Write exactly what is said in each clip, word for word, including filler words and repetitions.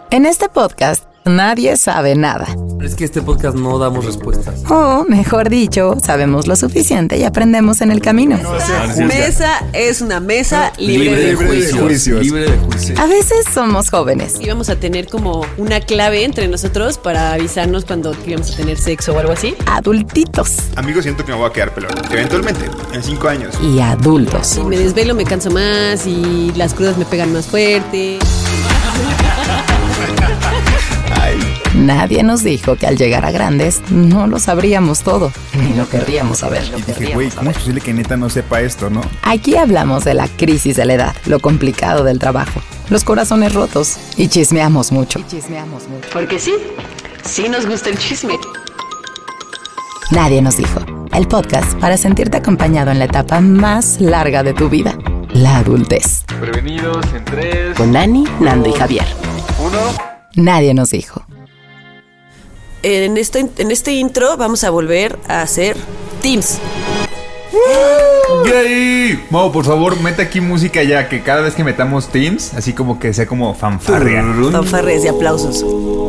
En este podcast, nadie sabe nada. Pero es que este podcast no damos respuestas. O, mejor dicho, sabemos lo suficiente y aprendemos en el camino. Esta mesa es una mesa libre, Libre de, de juicios. juicios. Libre de juicios. A veces somos jóvenes. Y vamos a tener como una clave entre nosotros para avisarnos cuando íbamos a tener sexo o algo así. Adultitos Amigos, siento que me voy a quedar pelón. Eventualmente, en cinco años. y adultos. Si me desvelo me canso más y las crudas me pegan más fuerte. Ay, Nadie nos dijo que al llegar a grandes no lo sabríamos todo, ni lo querríamos saber. y dije, güey, ¿cómo es posible que neta no sepa esto, no? Aquí hablamos de la crisis de la edad, lo complicado del trabajo, los corazones rotos y chismeamos mucho. chismeamos mucho. Porque sí, sí nos gusta el chisme. Nadie nos dijo. El podcast para sentirte acompañado en la etapa más larga de tu vida, la adultez. Prevenidos en tres, Con Ani, Nando y Javier. uno. Nadie nos dijo. En este, en este intro vamos a volver a hacer Teams. ¡Yay! Mo, por favor, mete aquí música ya, que cada vez que metamos Teams, así como que sea como fanfarria. Fanfarres y aplausos.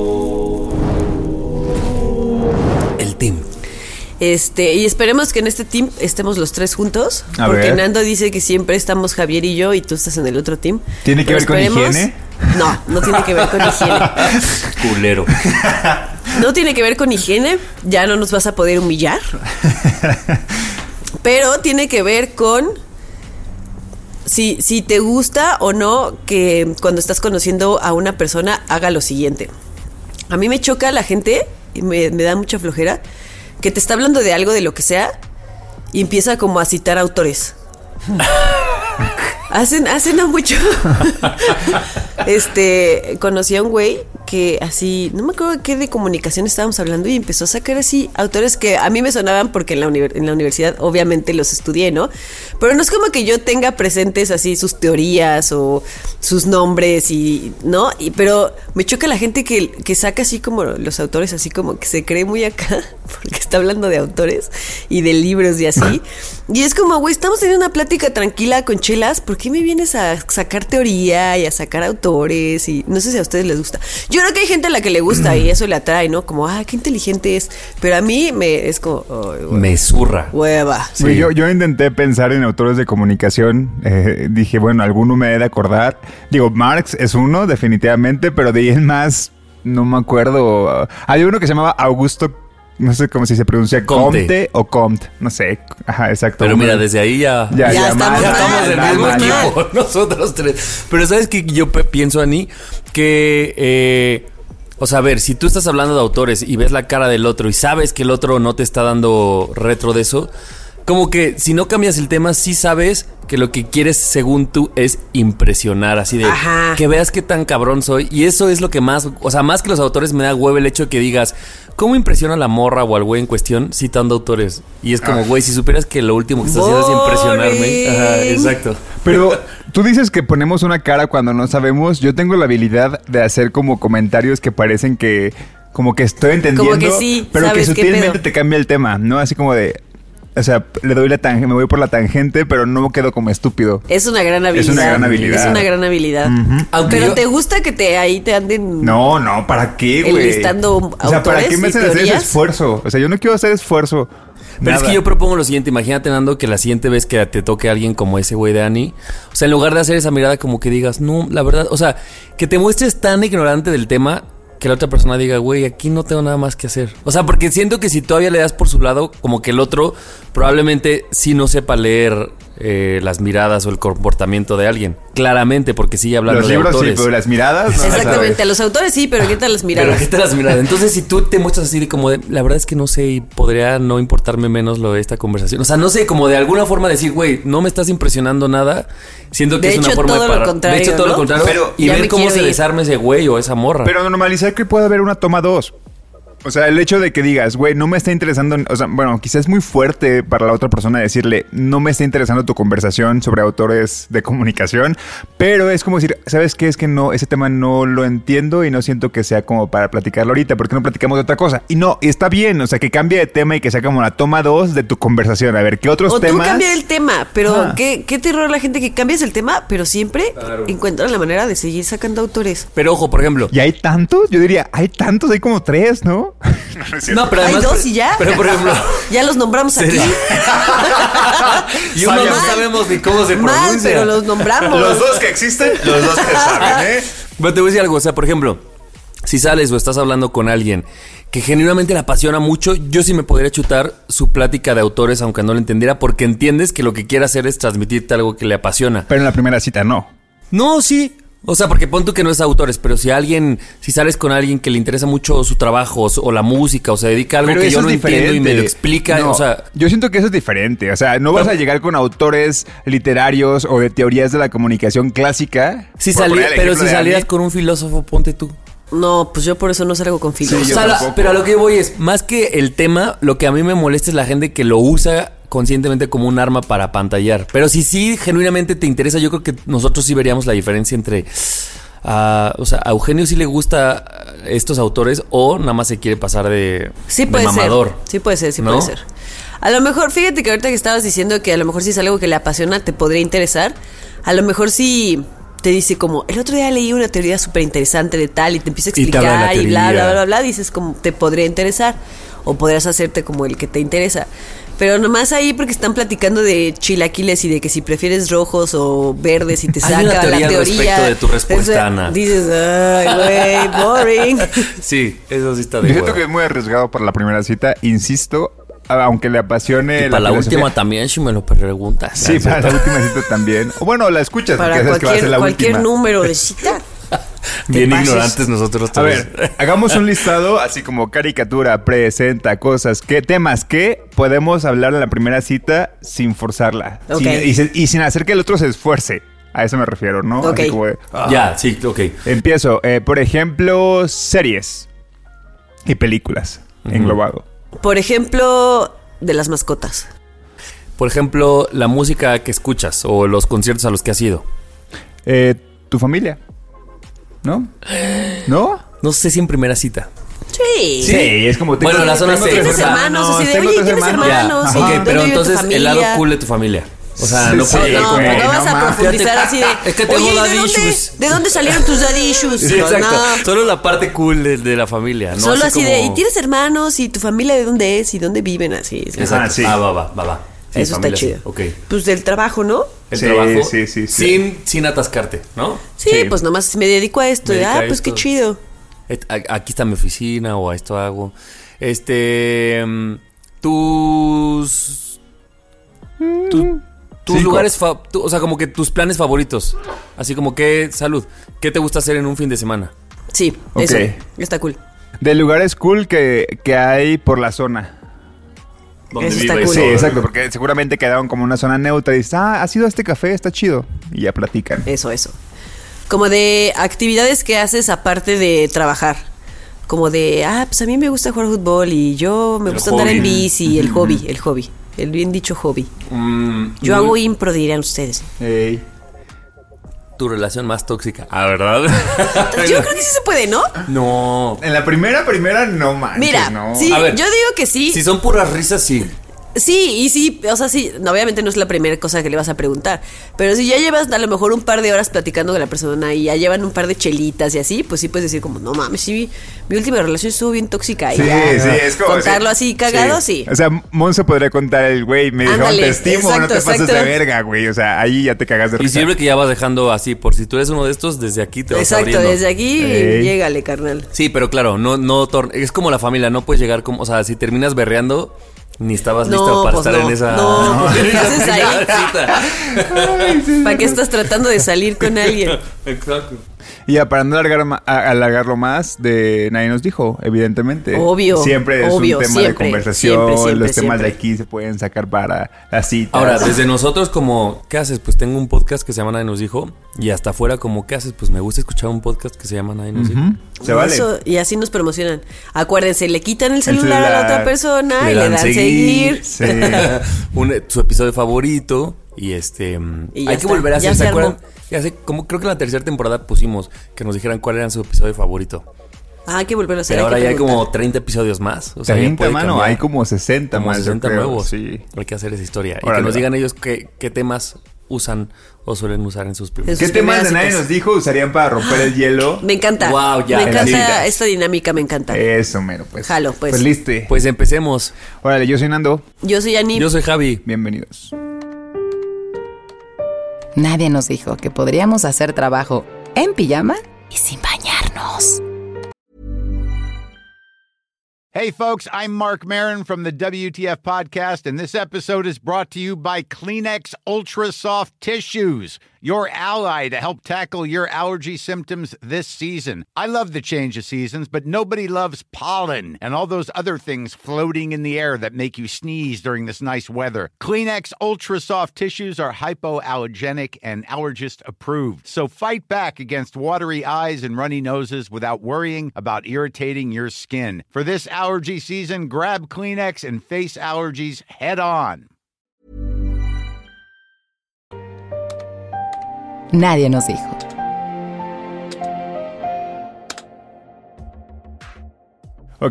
El team. Este, y esperemos que en este team estemos los tres juntos. A porque ver. Nando dice que siempre estamos Javier y yo y tú estás en el otro team. ¿Tiene que Pero ver con esperemos- higiene? No, no tiene que ver con higiene. Culero. No tiene que ver con higiene. Ya no nos vas a poder humillar. Pero tiene que ver con si, si te gusta o no que cuando estás conociendo a una persona haga lo siguiente. A mí me choca la gente y me, me da mucha flojera que te está hablando de algo, de lo que sea, y empieza como a citar autores. Hacen, hace no mucho. Este, conocí a un güey que así, no me acuerdo de qué de comunicación estábamos hablando, y empezó a sacar así autores que a mí me sonaban porque en la, univer- en la universidad obviamente los estudié, ¿no? Pero no es como que yo tenga presentes así sus teorías o sus nombres y, ¿no? Y, pero me choca la gente que, que saca así como los autores, así como que se cree muy acá porque está hablando de autores y de libros y así. Y es como, güey, estamos teniendo una plática tranquila con chelas, ¿por qué me vienes a sacar teoría y a sacar autores? Y no sé si a ustedes les gusta. Yo creo que hay gente a la que le gusta y eso le atrae, ¿no? Como, ah, qué inteligente es. Pero a mí me es como, ay, güey, Me zurra. hueva. Sí, yo, yo intenté pensar en autores de comunicación. eh, dije, bueno, alguno me he de acordar. Digo, Marx es uno, definitivamente, pero de ahí en más, no me acuerdo. Hay uno que se llamaba Augusto, no sé cómo si se pronuncia, Comte. Comte o Comte, no sé. Ajá, exacto. Pero mira, Uno- desde ahí ya... Ya, Ya ya, estamos mal, Ya mal, estamos del mal, mismo mal, mal. equipo, nosotros tres. Pero ¿sabes qué? Yo pe- pienso, Ani, que... Eh, o sea, a ver, si tú estás hablando de autores y ves la cara del otro y sabes que el otro no te está dando retro de eso, como que si no cambias el tema, sí sabes que lo que quieres, según tú, es impresionar. Así de Ajá. que veas qué tan cabrón soy. Y eso es lo que más... O sea, más que los autores me da huevo el hecho de que digas... ¿Cómo impresiona a la morra o al güey en cuestión citando autores? Y es como, güey, si supieras que lo último que estás haciendo es impresionarme. Boring. Ajá, exacto. Pero tú dices que ponemos una cara cuando no sabemos. Yo tengo la habilidad de hacer como comentarios que parecen que como que estoy entendiendo, Como que sí, pero que sabes qué sutilmente pedo. te cambia el tema, ¿no? Así como de, o sea, le doy la tangente, me voy por la tangente, pero no me quedo como estúpido. Es una gran habilidad. una gran habilidad. Es una gran habilidad. Aunque Pero yo- te gusta que te ahí te anden. No, no, ¿para qué, güey? Enlistando O sea, ¿para autores qué me y hacen hacer ese teorías. esfuerzo? O sea, yo no quiero hacer esfuerzo. Pero es Nada. que yo propongo lo siguiente. Imagínate, Nando, que la siguiente vez que te toque a alguien como ese güey de Ani, o sea, en lugar de hacer esa mirada como que digas, no, la verdad, o sea, que te muestres tan ignorante del tema que la otra persona diga, güey, aquí no tengo nada más que hacer. O sea, porque siento que si todavía le das por su lado, como que el otro probablemente sí no sepa leer eh, las miradas o el comportamiento de alguien. Claramente, porque sigue hablando Los de libros sí, autores. pero las miradas no las Exactamente, sabes. a los autores sí, pero ¿qué tal las Pero miradas? ¿qué te las miradas? Entonces, si tú te muestras así de como de, la verdad es que no sé y podría no importarme menos lo de esta conversación. O sea, no sé, como de alguna forma decir, güey, no me estás impresionando nada. Siento que De es una hecho, forma todo de lo parar. contrario, De hecho, todo ¿no? lo contrario. Pero y ya ver me cómo quiero se ir. desarma ese güey o esa morra. Pero normalizar que puede haber una toma dos. O sea, el hecho de que digas, güey, no me está interesando, o sea, bueno, quizás es muy fuerte para la otra persona decirle, no me está interesando tu conversación sobre autores de comunicación, pero es como decir, ¿sabes qué? Es que no, ese tema no lo entiendo y no siento que sea como para platicarlo ahorita, ¿por qué no platicamos de otra cosa? Y no, y está bien, o sea, que cambie de tema y que sea como la toma dos de tu conversación, a ver, ¿qué otros o temas? O tú cambias el tema, pero Ah. ¿qué, qué terror la gente que cambias el tema, pero siempre Claro. encuentran la manera de seguir sacando autores. Pero ojo, por ejemplo. ¿Y hay tantos? Yo diría, hay tantos, hay como tres, ¿no? No, no es cierto. No, pero Hay además. dos y ya. Pero por ejemplo. Ya los nombramos aquí. Y uno no Mal. sabemos ni cómo se Mal, pronuncia. pero los nombramos. Los dos que existen, los dos que saben, ¿eh? Pero te voy a decir algo, o sea, por ejemplo, si sales o estás hablando con alguien que genuinamente le apasiona mucho, yo sí me podría chutar su plática de autores aunque no lo entendiera, porque entiendes que lo que quiere hacer es transmitirte algo que le apasiona. Pero en la primera cita no. No, sí. O sea, porque pon tú que no es autores, pero si alguien, si sales con alguien que le interesa mucho su trabajo o, o la música o se dedica a algo Pero que eso yo es no entiendo y diferente. me lo explica, No, o sea, yo siento que eso es diferente. O sea, no vas a llegar con autores literarios o de teorías de la comunicación clásica. si por salí- poner el pero ejemplo si de salieras Andy. con un filósofo, ponte tú. No, pues yo por eso no salgo con filos. Sí, yo O sea, la- tampoco. pero a lo que voy es, más que el tema, lo que a mí me molesta es la gente que lo usa conscientemente como un arma para pantallar. Pero si sí genuinamente te interesa, yo creo que nosotros sí veríamos la diferencia entre... ah, o sea, a Eugenio sí le gusta estos autores o nada más se quiere pasar de, Sí de puede mamador. ser. Sí puede ser, sí ¿No? puede ser. A lo mejor, fíjate que ahorita que estabas diciendo que a lo mejor si es algo que le apasiona, te podría interesar. A lo mejor sí te dice como, el otro día leí una teoría súper interesante de tal y te empieza a Y te habla de la explicar y, bla, teoría. bla, bla, bla, dices como, te podría interesar. O podrías hacerte como el que te interesa. Pero nomás ahí porque están platicando de chilaquiles y de que si prefieres rojos o verdes y te Hay saca una teoría la al teoría. respecto de tu respuesta, Entonces, Ana. Dices, ay, güey, boring. Sí, eso sí está Yo de siento hueva. que es muy arriesgado para la primera cita. Insisto, aunque le apasione. Y para la filosofía. última también, si me lo preguntas. Sí, para la última cita también. O bueno, la escuchas Para porque sabes que va a ser cualquier, la cualquier última. número de cita. Bien pases. ignorantes nosotros A todos. ver, hagamos un listado así como caricatura, presenta cosas, qué temas que podemos hablar en la primera cita sin forzarla. Ok. Sin- y, se- y sin hacer que el otro se esfuerce. A eso me refiero, ¿no? Ok. Así como de, ah. Ya, sí, ok. Empiezo. Eh, por ejemplo, series y películas, englobado. Por ejemplo, de las mascotas. Por ejemplo, la música que escuchas o los conciertos a los que has ido. Eh, tu familia, ¿no? ¿No? No sé si en primera cita. Sí. Sí, es como... Bueno, la zona tengo seis, tres Tienes hermanos, así de, tengo oye, tres tienes hermanos. hermanos. Ya, sí, ok, ¿dónde pero vive tu entonces el lado familia? cool de tu familia. O sea, Sí, no sí, puede No, güey, pero no vas no a mames. profundizar así de. Es que tengo Oye, ¿de daddy dónde, issues. ¿de dónde salieron tus daddy issues? Sí, exacto. No. Solo la parte cool de, de la familia, ¿no? Solo así, como- de, ¿y tienes hermanos? ¿Y tu familia de dónde es? ¿Y dónde viven? Así. sí. Exacto. Ah, sí. Ah, va, va, va, va. Sí, Eso está familia, chido. sí. Ok. Pues del trabajo, ¿no? El Sí, trabajo. sí, sí, sí. Sin, sin atascarte, ¿no? Sí, Sí. pues nomás me dedico a esto. Me de, dedico ah, a pues qué esto. chido. Et- a- Aquí está mi oficina o a esto hago. Este. mm, Tus. tu- tus Cinco. lugares. fa- tu- o sea, como que tus planes favoritos. Así como que. Salud. ¿Qué te gusta hacer en un fin de semana? Sí, Ok. eso. Está cool. De lugares cool que, que hay por la zona. ¿Dónde Eso está vives? cool. Sí, O- exacto, porque seguramente quedaron como una zona neutra y dices, ah, has ido a este café, está chido. Y ya platican. Eso, eso. Como de actividades que haces aparte de trabajar. Como de, ah, pues a mí me gusta jugar fútbol y yo me El gusta andar en hobby. bici, el hobby, el hobby. El bien dicho hobby. Mm, Yo muy- hago impro, dirían ustedes. Ey. Tu relación más tóxica. Ah, ¿verdad? Yo creo que sí se puede, ¿no? No. En la primera, primera, no manches, Mira, no. sí, A ver, yo digo que sí. Si son puras risas, sí. Sí, y sí, o sea, sí, no, obviamente no es la primera cosa que le vas a preguntar, pero si ya llevas a lo mejor un par de horas platicando con la persona y ya llevan un par de chelitas y así, pues sí puedes decir como, no mames, sí, mi última relación estuvo bien tóxica. Y Sí, ya, sí, es como... contarlo sí, así cagado, sí. O sea, Monse podría contar el güey, me dijeron, Ándale, te estimo, no exacto, te pases de exacto. verga, güey. O sea, ahí ya te cagas de Y risa. sirve que ya vas dejando así, por si tú eres uno de estos, desde aquí te vas Exacto, abriendo. desde aquí, Ey. llégale, carnal. Sí, pero claro, no, no tor- es como la familia, no puedes llegar como, o sea, si terminas berreando, ni estabas No, listo para pues estar no, en esa. no, pues, ¿qué en esa haces ahí? primera cita. ¿Para qué estás tratando de salir con alguien? Exacto. Y ya, para no alargar ma- a- alargarlo más, de nadie nos dijo, evidentemente. Obvio, Siempre es obvio, un tema siempre, de conversación. siempre, siempre, los temas siempre. de aquí se pueden sacar para las citas. Ahora, desde nosotros como, ¿qué haces? Pues tengo un podcast que se llama Nadie nos dijo. Y hasta afuera como, ¿qué haces? Pues me gusta escuchar un podcast que se llama Nadie nos dijo. Ujú, se vale. Eso, y así nos promocionan. Acuérdense, le quitan el El celular, a la otra persona y le dan seguir. Sí. Un- su episodio favorito. Y este Y ya hay está, que volver a ya hacer, ¿se se armó. acuerdan? Ya sé, como creo que en la tercera temporada pusimos que nos dijeran cuál era su episodio favorito. Ah, hay que volverlo a hacer. Pero hay ahora que ya hay preguntar. como treinta episodios más. O sea, ya treinta, puede mano, cambiar. hay como sesenta Como más, yo sesenta creo, nuevos. sí. Hay que hacer esa historia. Órale, y que nos va. digan ellos qué, qué temas usan o suelen usar en sus primeros. En ¿Qué sus temas de primeras nadie citas. nos dijo usarían para romper el hielo? Me encanta. Guau, ya, me en encanta las citas. esta dinámica, me encanta. Eso, mero, pues. Jalo, pues. Pues listo. Pues empecemos. Órale, yo soy Nando. Yo soy Ani. Yo soy Javi. Bienvenidos. Nadie nos dijo que podríamos hacer trabajo en pijama y sin bañarnos. Hey, folks, I'm Mark Maron from the W T F Podcast, and this episode is brought to you by Kleenex Ultra Soft Tissues, your ally to help tackle your allergy symptoms this season. I love the change of seasons, but nobody loves pollen and all those other things floating in the air that make you sneeze during this nice weather. Kleenex Ultra Soft Tissues are hypoallergenic and allergist approved, so fight back against watery eyes and runny noses without worrying about irritating your skin. For this allergy season, grab Kleenex and face allergies head on. Nadie nos dijo. Ok.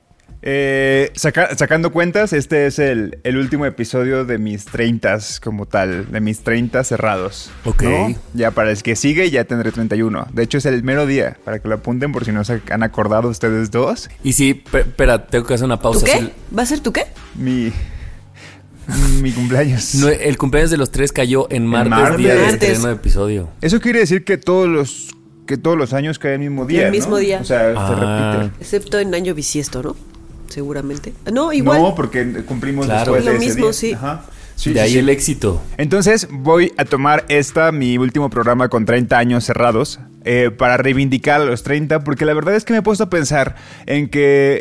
Eh, saca- sacando cuentas, este es el, el último episodio de mis treintas como tal, de mis treinta cerrados. Ok. ¿no? Ya para el que sigue ya tendré treinta y uno. De hecho es el mero día, para que lo apunten por si no se han acordado ustedes dos. Y sí, pe- espera, tengo que hacer una ¿Tú pausa. qué? Sí, ¿Va a ser tú qué? Mi, mi cumpleaños. no, el cumpleaños de los tres cayó en martes, martes. día de Martes. estreno de episodio. Eso quiere decir que todos los que todos los años cae el mismo día, El mismo ¿no? día. O sea, Ah. se repite. Excepto en año bisiesto, ¿no? Seguramente. No, igual. No, porque cumplimos Claro. después de Lo ese mismo, día. sí. Ajá. Sí, De sí, ahí sí. el éxito. Entonces voy a tomar esta, mi último programa con treinta años cerrados, eh, para reivindicar a los treinta, porque la verdad es que me he puesto a pensar en que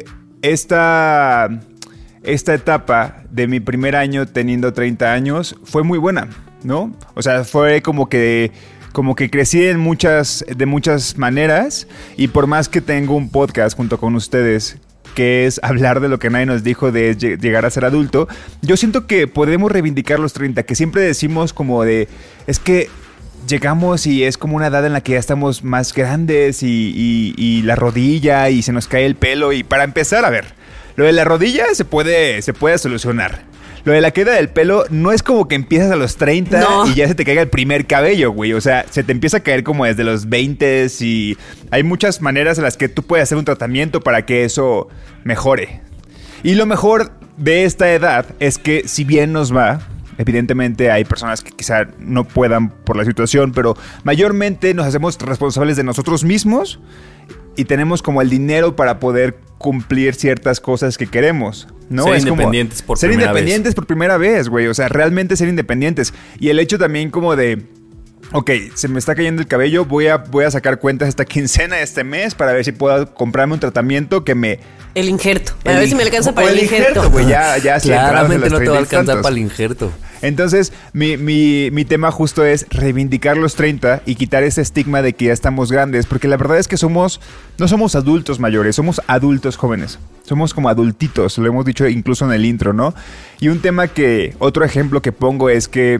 esta, esta etapa de mi primer año teniendo treinta años fue muy buena, ¿no? O sea, fue como que... Como que crecí en muchas, de muchas maneras, y por más que tengo un podcast junto con ustedes que es hablar de lo que nadie nos dijo de lle- llegar a ser adulto, yo siento que podemos reivindicar los treinta, que siempre decimos como de, es que llegamos y es como una edad en la que ya estamos más grandes y, y- y la rodilla y se nos cae el pelo, y para empezar, a ver, lo de la rodilla se puede, se puede solucionar. Lo de la queda del pelo no es como que empiezas a los treinta No. y ya se te caiga el primer cabello, güey. O sea, se te empieza a caer como desde los veinte y hay muchas maneras en las que tú puedes hacer un tratamiento para que eso mejore. Y lo mejor de esta edad es que si bien nos va, evidentemente hay personas que quizá no puedan por la situación, pero mayormente nos hacemos responsables de nosotros mismos y tenemos como el dinero para poder cumplir ciertas cosas que queremos, ¿no? Ser Es como independientes por ser primera independientes por primera vez, güey. O sea, realmente ser independientes. Y el hecho también como de, ok, se me está cayendo el cabello, voy a, voy a sacar cuentas esta quincena de este mes para ver si puedo comprarme un tratamiento que me... El injerto. Para el ver si me in- alcanza o para el injerto. güey, ya, ya si entramos en Claramente los no te va a treinta y alcanzar tantos. para el injerto. Entonces, mi, mi, mi tema justo es reivindicar los treinta y quitar ese estigma de que ya estamos grandes, porque la verdad es que somos, no somos adultos mayores, somos adultos jóvenes. Somos como adultitos, lo hemos dicho incluso en el intro, ¿no? Y un tema que, otro ejemplo que pongo es que,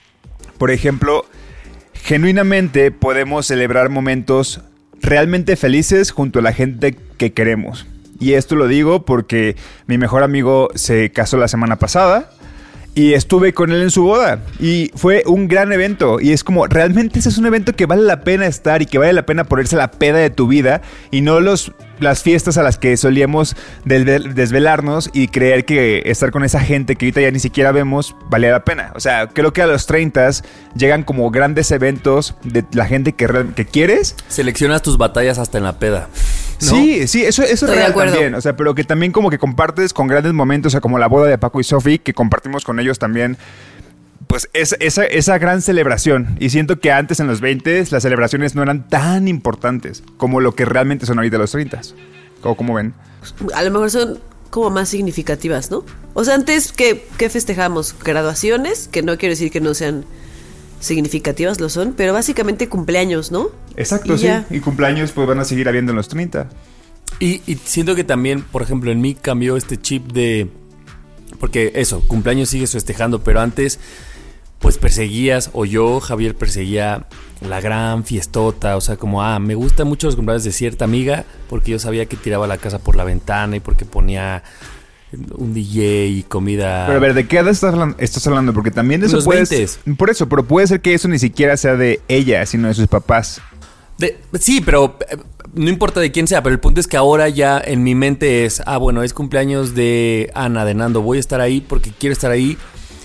por ejemplo, genuinamente podemos celebrar momentos realmente felices junto a la gente que queremos. Y esto lo digo porque mi mejor amigo se casó la semana pasada y estuve con él en su boda y fue un gran evento, y es como, realmente ese es un evento que vale la pena estar y que vale la pena ponerse la peda de tu vida y no los, las fiestas a las que solíamos desvel- desvelarnos y creer que estar con esa gente que ahorita ya ni siquiera vemos valía la pena. O sea, creo que a los treinta llegan como grandes eventos de la gente que, real- que quieres. Seleccionas tus batallas hasta en la peda. ¿no? Sí, sí, eso, eso es Estoy de real acuerdo. también. O sea, pero que también como que compartes con grandes momentos, o sea, como la boda de Paco y Sofi, que compartimos con ellos también pues es, esa, esa gran celebración. Y siento que antes en los veinte las celebraciones no eran tan importantes como lo que realmente son ahorita los treinta. ¿Cómo, cómo ven? A lo mejor son como más significativas, ¿no? O sea, antes, ¿qué, qué festejamos? Graduaciones, que no quiero decir que no sean significativas, lo son, pero básicamente cumpleaños, ¿no? Exacto, y sí. ya. Y cumpleaños pues van a seguir habiendo en los treinta. Y, y siento que también, por ejemplo, en mí cambió este chip de... Porque eso, cumpleaños sigues festejando, pero antes pues perseguías, o yo, Javier, perseguía la gran fiestota, o sea, como, ah, me gustan mucho los cumpleaños de cierta amiga, porque yo sabía que tiraba la casa por la ventana y porque ponía un D J y comida. Pero a ver, ¿de qué edad estás hablando? Estás hablando? Porque también de eso Los puedes... veintes. Por eso, pero puede ser que eso ni siquiera sea de ella, sino de sus papás. De, sí, pero eh, no importa de quién sea, pero el punto es que ahora ya en mi mente es, ah, bueno, es cumpleaños de Ana, de Nando, voy a estar ahí porque quiero estar ahí.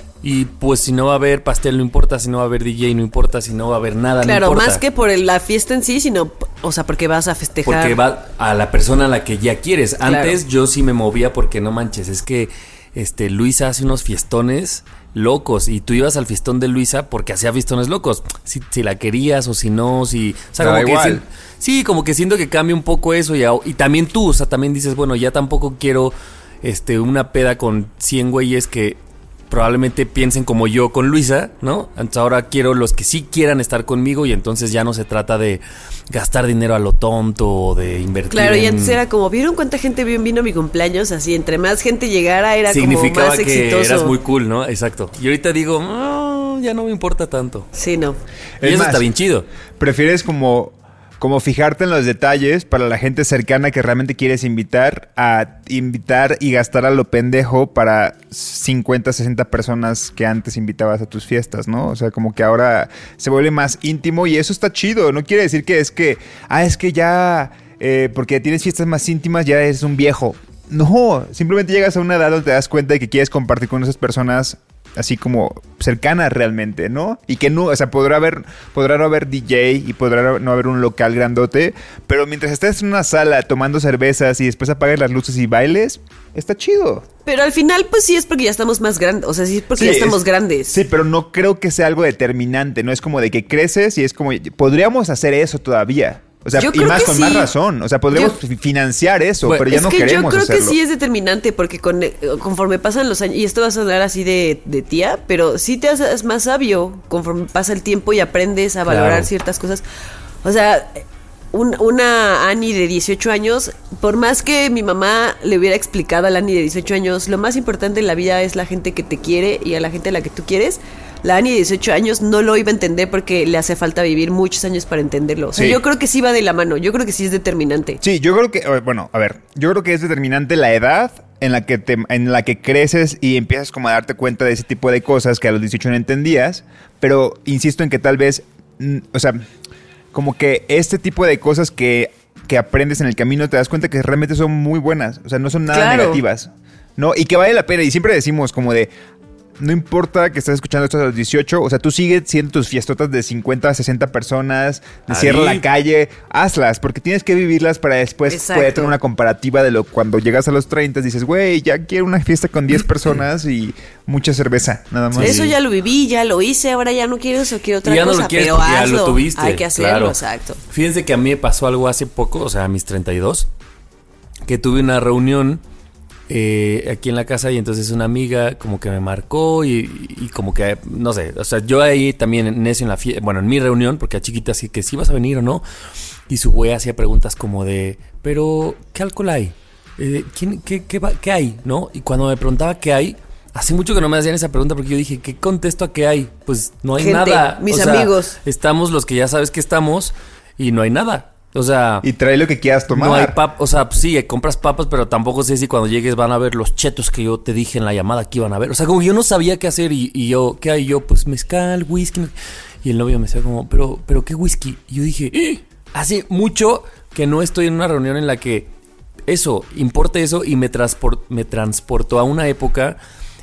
Y pues si no va a haber pastel, no importa, si no va a haber D J, no importa, si no va a haber nada, claro, no importa. más que por el- la fiesta en sí, sino, o sea, porque vas a festejar. Porque va a la persona a la que ya quieres. Antes Claro. yo sí me movía porque no manches, es que este Luisa hace unos fiestones locos y tú ibas al fiestón de Luisa porque hacía fiestones locos. Si, si la querías o si no, si... O sea, Da como que igual. si- sí, como que siento que cambia un poco eso y, a- y también tú, o sea, también dices, bueno, ya tampoco quiero este una peda con cien güeyes que probablemente piensen como yo con Luisa, ¿no? Entonces ahora quiero los que sí quieran estar conmigo y entonces ya no se trata de gastar dinero a lo tonto o de invertir Claro, y en- antes era como, ¿vieron cuánta gente vino, vino a mi cumpleaños? Así, entre más gente llegara era como significaba más que exitoso. eras muy cool, ¿no? Exacto. Y ahorita digo, "No, ya no me importa tanto." Sí, no. Y Es eso más, está bien chido. Prefieres como, como fijarte en los detalles para la gente cercana que realmente quieres invitar a invitar y gastar a lo pendejo para cincuenta, sesenta personas que antes invitabas a tus fiestas, ¿no? O sea, como que ahora se vuelve más íntimo y eso está chido. No quiere decir que es que, ah, es que ya, eh, porque tienes fiestas más íntimas ya eres un viejo. No, simplemente llegas a una edad donde te das cuenta de que quieres compartir con esas personas así como cercanas realmente, ¿no? Y que no, o sea, podrá haber, podrá no haber D J y podrá no haber un local grandote, pero mientras estés en una sala tomando cervezas y después apagues las luces y bailes, está chido. Pero al final, pues sí es porque ya estamos más grandes. O sea, sí es porque Sí, ya estamos es- grandes. Sí, pero no creo que sea algo determinante, no es como de que creces y es como, podríamos hacer eso todavía. O sea, Yo y creo más que con sí. más razón. O sea, podríamos Yo- fi- financiar eso, Bueno, pero ya es no que yo queremos creo hacerlo. que sí es determinante porque con, eh, conforme pasan los años, y esto va a sonar así de, de tía, pero sí te haces más sabio conforme pasa el tiempo y aprendes a valorar Claro. ciertas cosas. O sea, un- una Annie de dieciocho años, por más que mi mamá le hubiera explicado a la Annie de dieciocho años, lo más importante en la vida es la gente que te quiere y a la gente a la que tú quieres. La Annie de dieciocho años no lo iba a entender porque le hace falta vivir muchos años para entenderlo. O sea, Sí. yo creo que sí va de la mano, yo creo que sí es determinante. Sí, yo creo que, eh, bueno, a ver, yo creo que es determinante la edad en la que te, en la que creces y empiezas como a darte cuenta de ese tipo de cosas que a los dieciocho no entendías, pero insisto en que tal vez, mm, o sea, como que este tipo de cosas que, que aprendes en el camino te das cuenta que realmente son muy buenas, o sea, no son nada Claro. negativas, ¿no? Y que vale la pena, y siempre decimos como de... No importa que estés escuchando esto a los dieciocho, o sea, tú sigues siendo tus fiestotas de cincuenta a sesenta personas, de Ahí. cierra la calle, hazlas, porque tienes que vivirlas para después Exacto. poder tener una comparativa de lo cuando llegas a los treinta, dices, güey, ya quiero una fiesta con diez personas y mucha cerveza, nada más. Eso ya lo viví, ya lo hice, ahora ya no quiero eso, quiero otra Y ya no cosa, lo quieres pero porque ya hazlo. lo tuviste. Hay que hacerlo, claro. exacto. Fíjense que a mí me pasó algo hace poco, o sea, a mis treinta y dos, que tuve una reunión eh, aquí en la casa y entonces una amiga como que me marcó y, y como que, no sé, o sea, yo ahí también necio en la fiesta, bueno, en mi reunión, porque a chiquita así que si vas a venir o no, y su güey hacía preguntas como de, pero, ¿qué alcohol hay? Eh, ¿quién, qué, qué, va- qué hay? ¿No? Y cuando me preguntaba qué hay, hace mucho que no me hacían esa pregunta porque yo dije, ¿qué contesto a qué hay? Pues no hay Gente, nada. mis O sea, amigos. estamos los que ya sabes que estamos y no hay nada. O sea, Y trae lo que quieras tomar. no hay papas. O sea, pues sí, compras papas, pero tampoco sé si cuando llegues van a ver los chetos que yo te dije en la llamada que iban a ver. O sea, como que yo no sabía qué hacer y, y yo, ¿qué hay? Yo, pues mezcal, whisky. Y el novio me decía como, pero, pero ¿qué whisky? Y yo dije, "Eh, hace mucho que no estoy en una reunión en la que eso, importa eso y me, transport, me transportó a una época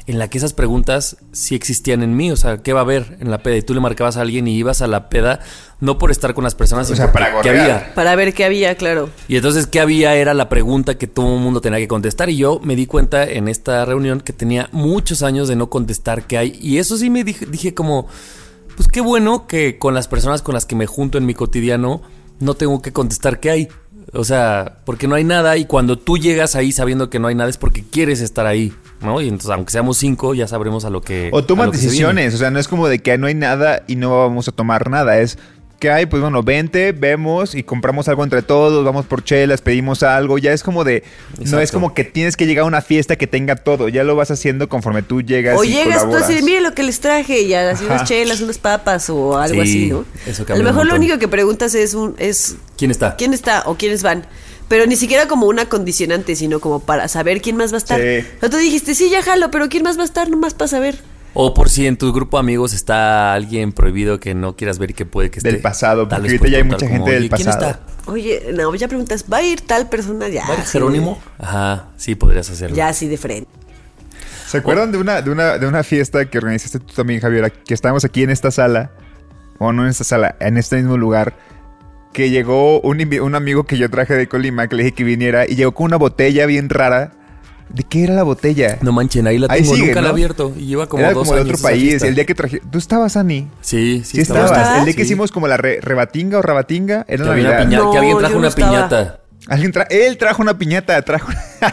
en la que esas preguntas sí existían en mí. O sea, ¿qué va a haber en la peda? Y tú le marcabas a alguien y ibas a la peda no por estar con las personas, O sino sea, porque, para ¿qué gorrear. había? Para ver qué había, claro. Y entonces, ¿qué había? Era la pregunta que todo el mundo tenía que contestar. Y yo me di cuenta en esta reunión que tenía muchos años de no contestar qué hay. Y eso sí me dije, dije como, pues qué bueno que con las personas con las que me junto en mi cotidiano no tengo que contestar qué hay. O sea, porque no hay nada y cuando tú llegas ahí sabiendo que no hay nada es porque quieres estar ahí, ¿no? Y entonces, aunque seamos cinco, ya sabremos a lo que... O a tomas lo que se decisiones, viene. o sea, no es como de que no hay nada y no vamos a tomar nada, es que hay, pues bueno, vente, vemos y compramos algo entre todos, vamos por chelas, pedimos algo, ya es como de, no Exacto. es como que tienes que llegar a una fiesta que tenga todo, ya lo vas haciendo conforme tú llegas O y llegas tú colaboras. así, mire lo que les traje, y así Ajá. unas chelas, unas papas o algo Sí, así, ¿no? eso A cambia lo un mejor lo montón. único que preguntas es un es ¿Quién está? quién está o quiénes van. Pero ni siquiera como una condicionante, sino como para saber quién más va a estar. Sí. O sea, tú dijiste, sí, ya jalo, pero quién más va a estar, nomás para saber. O por si en tu grupo de amigos está alguien prohibido que no quieras ver y que puede que esté... Del pasado, tal porque vez ahorita ya hay puedes mucha preguntar gente del como, "Oye, pasado". ¿quién está? Oye, no, ya preguntas, ¿va a ir tal persona? Ya. ¿Va a ir sí, Jerónimo? Ajá, sí, podrías hacerlo. Ya así de frente. ¿Se acuerdan de una, de una, de una fiesta que organizaste tú también, Javier? Que estábamos aquí en esta sala, o no en esta sala, en este mismo lugar, que llegó un, invi- un amigo que yo traje de Colima, que le dije que viniera, y llegó con una botella bien rara. ¿De qué era la botella? No manchen, ahí la Ahí tengo, sigue, nunca la he ¿no? abierto. Y lleva como era dos como de años otro esa país. fiesta. El día que traje... ¿Tú estabas, Ani? Sí, sí, Sí estaba. estabas. El día Sí. que hicimos como la re- rebatinga o rabatinga, era Que, había una Navidad. piña- No, que alguien trajo yo no una estaba. piñata. Alguien tra- Él trajo una piñata, trajo...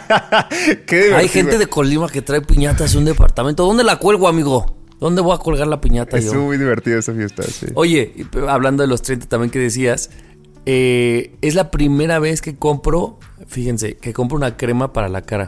Qué divertido. Hay gente de Colima que trae piñatas en un departamento. ¿Dónde la cuelgo, amigo? ¿Dónde voy a colgar la piñata yo? Estuvo muy divertida esa fiesta, sí. Oye, y, pero hablando de los treinta también que decías, eh, es la primera vez que compro, fíjense, que compro una crema para la cara.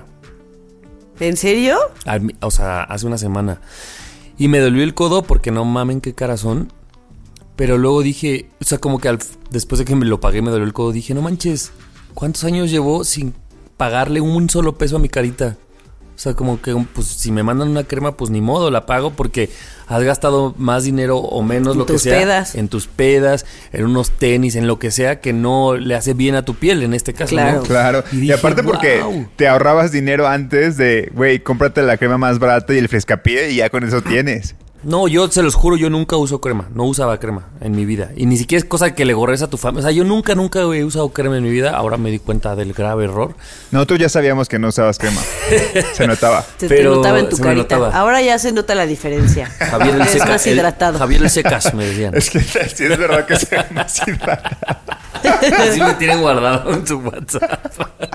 ¿En serio? Al mi- O sea, hace una semana. Y me dolió el codo porque no mamen qué caras son. Pero luego dije, o sea, como que al, después de que me lo pagué me dolió el codo, dije, no manches, ¿cuántos años llevo sin pagarle un solo peso a mi carita? O sea, como que pues si me mandan una crema, pues ni modo, la pago porque has gastado más dinero o menos, En lo que tus sea, pedas. en tus pedas, en unos tenis, en lo que sea que no le hace bien a tu piel en este caso, Claro. ¿no? Claro. Y Y, dije, aparte porque "Wow". te ahorrabas dinero antes de, güey, cómprate la crema más barata y el frescapié y ya con eso tienes. No, yo se los juro, yo nunca uso crema. No usaba crema en mi vida. Y ni siquiera es cosa que le gorres a tu familia. O sea, yo nunca, nunca he usado crema en mi vida. Ahora me di cuenta del grave error. Nosotros ya sabíamos que no usabas crema. Se notaba. Se Pero te notaba en tu se me carita. notaba. Ahora ya se nota la diferencia. Javier el Es Secas. más el- hidratado. Javier el Secas, me decían. Es que sí es verdad que se más hidratado. Así me tienen guardado en su WhatsApp.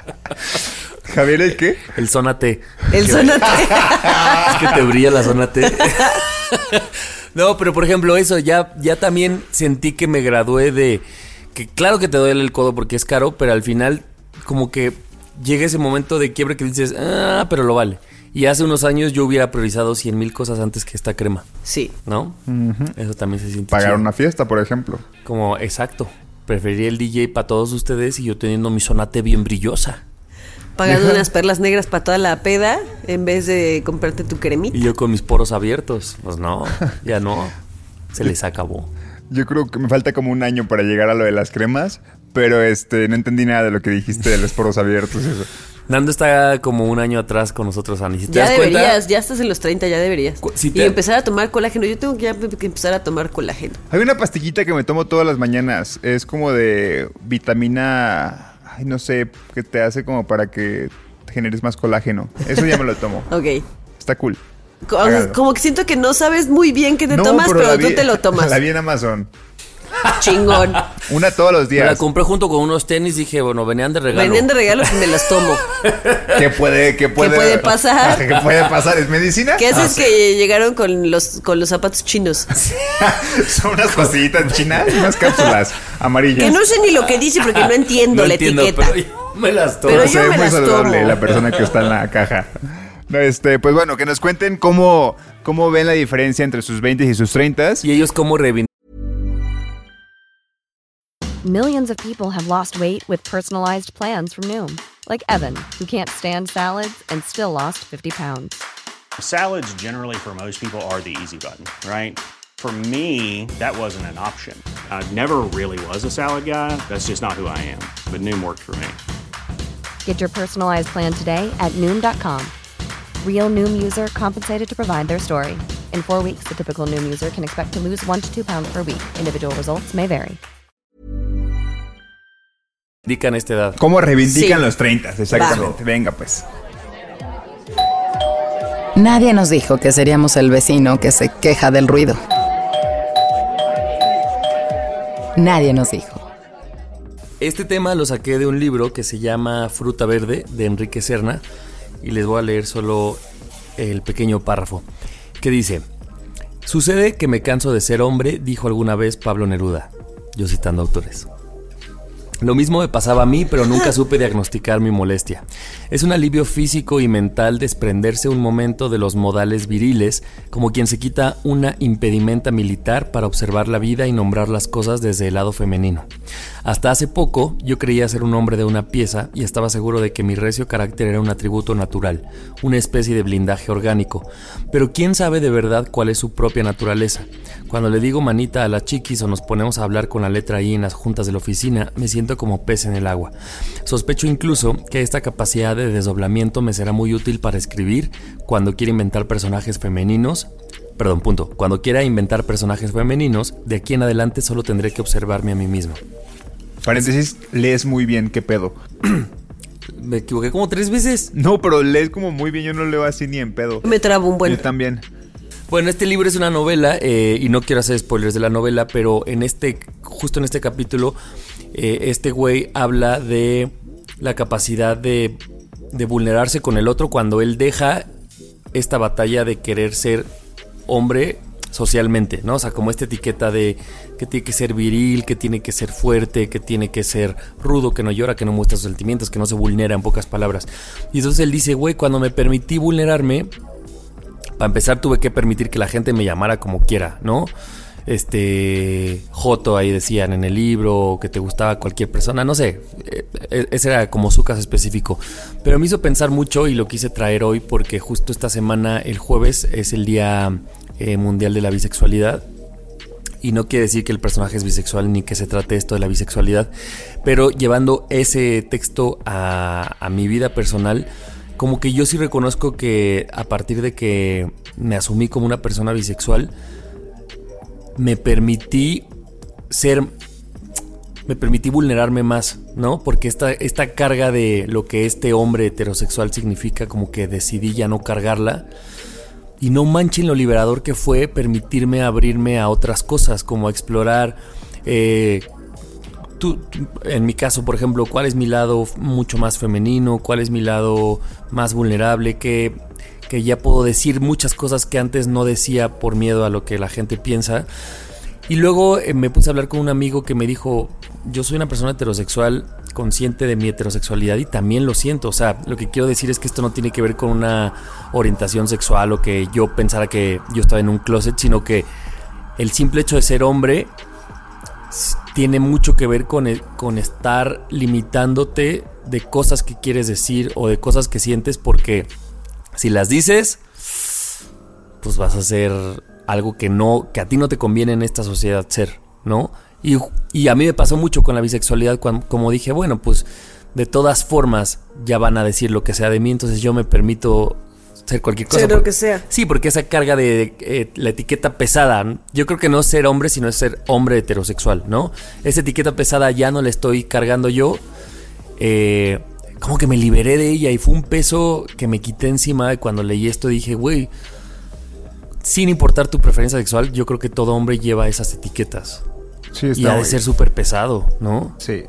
¿Javier el qué? El zona T. El Que- sonate. Es que te brilla la zona T. No, pero por ejemplo eso, ya, ya también sentí que me gradué de... Que claro que te duele el codo porque es caro, pero al final como que llega ese momento de quiebre que dices, ah, pero lo vale. Y hace unos años yo hubiera priorizado cien mil cosas antes que esta crema, Sí. ¿no? Eso también se siente Pagar chido. una fiesta, por ejemplo. Como, exacto. Preferiría el D J para todos ustedes y yo teniendo mi sonate bien brillosa. Pagando unas perlas negras para toda la peda en vez de comprarte tu cremita. Y yo con mis poros abiertos. Pues no, ya no. Se les acabó. Yo creo que me falta como un año para llegar a lo de las cremas, pero este no entendí nada de lo que dijiste de los poros abiertos. Eso. Nando está como un año atrás con nosotros, Ani. Si te Ya das cuenta, deberías, ya estás en los treinta, ya deberías. Cu- si Y te- empezar a tomar colágeno. Yo tengo que ya que empezar a tomar colágeno. Hay una pastillita que me tomo todas las mañanas. Es como de vitamina, ay, no sé, que te hace como para que generes más colágeno. Eso ya me lo tomo. Ok. Está cool. Co- Hágalo. Como que siento que no sabes muy bien qué te tomas, pero, la tú vi- te lo tomas. La vi en Amazon. Chingón. Una todos los me la días. compré junto con unos tenis. Dije, bueno, venían de regalo. Venían de regalos y me las tomo. ¿Qué puede, qué puede, puede pasar? ¿Qué puede pasar? ¿Es medicina? ¿Qué haces No sé. que llegaron con los, con los zapatos chinos? Son unas pastillitas chinas, unas cápsulas amarillas. Que no sé ni lo que dice porque no entiendo No la entiendo, etiqueta. pero yo me las tomo. Pero Se yo ve me muy las saludable tomo. la persona que está en la caja. No, Este, pues bueno, que nos cuenten cómo, cómo ven la diferencia entre sus veinte y sus treinta. Y ellos cómo reivindican. Millions of people have lost weight with personalized plans from Noom, like Evan, who can't stand salads and still lost fifty pounds. Salads generally for most people are the easy button, right? For me, that wasn't an option. I never really was a salad guy. That's just not who I am. But Noom worked for me. Get your personalized plan today at Noom dot com. Real Noom user compensated to provide their story. In four weeks, the typical Noom user can expect to lose one to two pounds per week. Individual results may vary. Indican esta edad. ¿Cómo reivindican Sí. los treinta? Exactamente. Va. Venga, pues. Nadie nos dijo que seríamos el vecino que se queja del ruido. Nadie nos dijo. Este tema lo saqué de un libro que se llama Fruta Verde, de Enrique Serna, y les voy a leer solo el pequeño párrafo, que dice: sucede que me canso de ser hombre, dijo alguna vez Pablo Neruda, yo citando autores. Lo mismo me pasaba a mí, pero nunca supe diagnosticar mi molestia. Es un alivio físico y mental desprenderse un momento de los modales viriles, como quien se quita una impedimenta militar para observar la vida y nombrar las cosas desde el lado femenino. Hasta hace poco yo creía ser un hombre de una pieza y estaba seguro de que mi recio carácter era un atributo natural, una especie de blindaje orgánico. Pero ¿quién sabe de verdad cuál es su propia naturaleza? Cuando le digo manita a la chiquis o nos ponemos a hablar con la letra I en las juntas de la oficina, me siento como pez en el agua. Sospecho incluso que esta capacidad de desdoblamiento me será muy útil para escribir cuando quiera inventar personajes femeninos. Perdón, punto. Cuando quiera inventar personajes femeninos, de aquí en adelante solo tendré que observarme a mí mismo. Paréntesis, lees muy bien, ¿qué pedo? Me equivoqué como tres veces. No, pero lees como muy bien, yo no leo así ni en pedo. Me trabo un buen. Yo también. Bueno, este libro es una novela eh, y no quiero hacer spoilers de la novela, pero en este, justo en este capítulo, eh, este güey habla de la capacidad de, de vulnerarse con el otro cuando él deja esta batalla de querer ser hombre socialmente, ¿no? O sea, como esta etiqueta de que tiene que ser viril, que tiene que ser fuerte, que tiene que ser rudo, que no llora, que no muestra sus sentimientos, que no se vulnera, en pocas palabras. Y entonces él dice, güey, cuando me permití vulnerarme, para empezar tuve que permitir que la gente me llamara como quiera, ¿no? Este joto ahí decían en el libro, que te gustaba cualquier persona, no sé, ese era como su caso específico, pero me hizo pensar mucho y lo quise traer hoy porque justo esta semana, el jueves, es el día eh, mundial de la bisexualidad. Y no quiere decir que el personaje es bisexual ni que se trate esto de la bisexualidad, pero llevando ese texto a, a mi vida personal, como que yo sí reconozco que a partir de que me asumí como una persona bisexual, me permití ser, me permití vulnerarme más, ¿no? Porque esta, esta carga de lo que este hombre heterosexual significa, como que decidí ya no cargarla. Y no manchen lo liberador que fue permitirme abrirme a otras cosas, como a explorar, eh, tú, en mi caso, por ejemplo, cuál es mi lado mucho más femenino, cuál es mi lado más vulnerable, que, que ya puedo decir muchas cosas que antes no decía por miedo a lo que la gente piensa. Y luego eh, me puse a hablar con un amigo que me dijo, yo soy una persona heterosexual consciente de mi heterosexualidad y también lo siento. O sea, lo que quiero decir es que esto no tiene que ver con una orientación sexual o que yo pensara que yo estaba en un closet, sino que el simple hecho de ser hombre tiene mucho que ver con, el, con estar limitándote de cosas que quieres decir o de cosas que sientes, porque si las dices, pues vas a hacer algo que no, que a ti no te conviene en esta sociedad ser, ¿no? Y, y a mí me pasó mucho con la bisexualidad, cuando, como dije, bueno, pues de todas formas ya van a decir lo que sea de mí, entonces yo me permito ser cualquier cosa. Ser lo porque, que sea. Sí, porque esa carga de eh, la etiqueta pesada, yo creo que no es ser hombre, sino es ser hombre heterosexual, ¿no? Esa etiqueta pesada ya no la estoy cargando yo, eh, como que me liberé de ella y fue un peso que me quité encima. Y cuando leí esto dije, güey, sin importar tu preferencia sexual, yo creo que todo hombre lleva esas etiquetas. Sí, está y ha de muy... ser súper pesado, ¿no? Sí.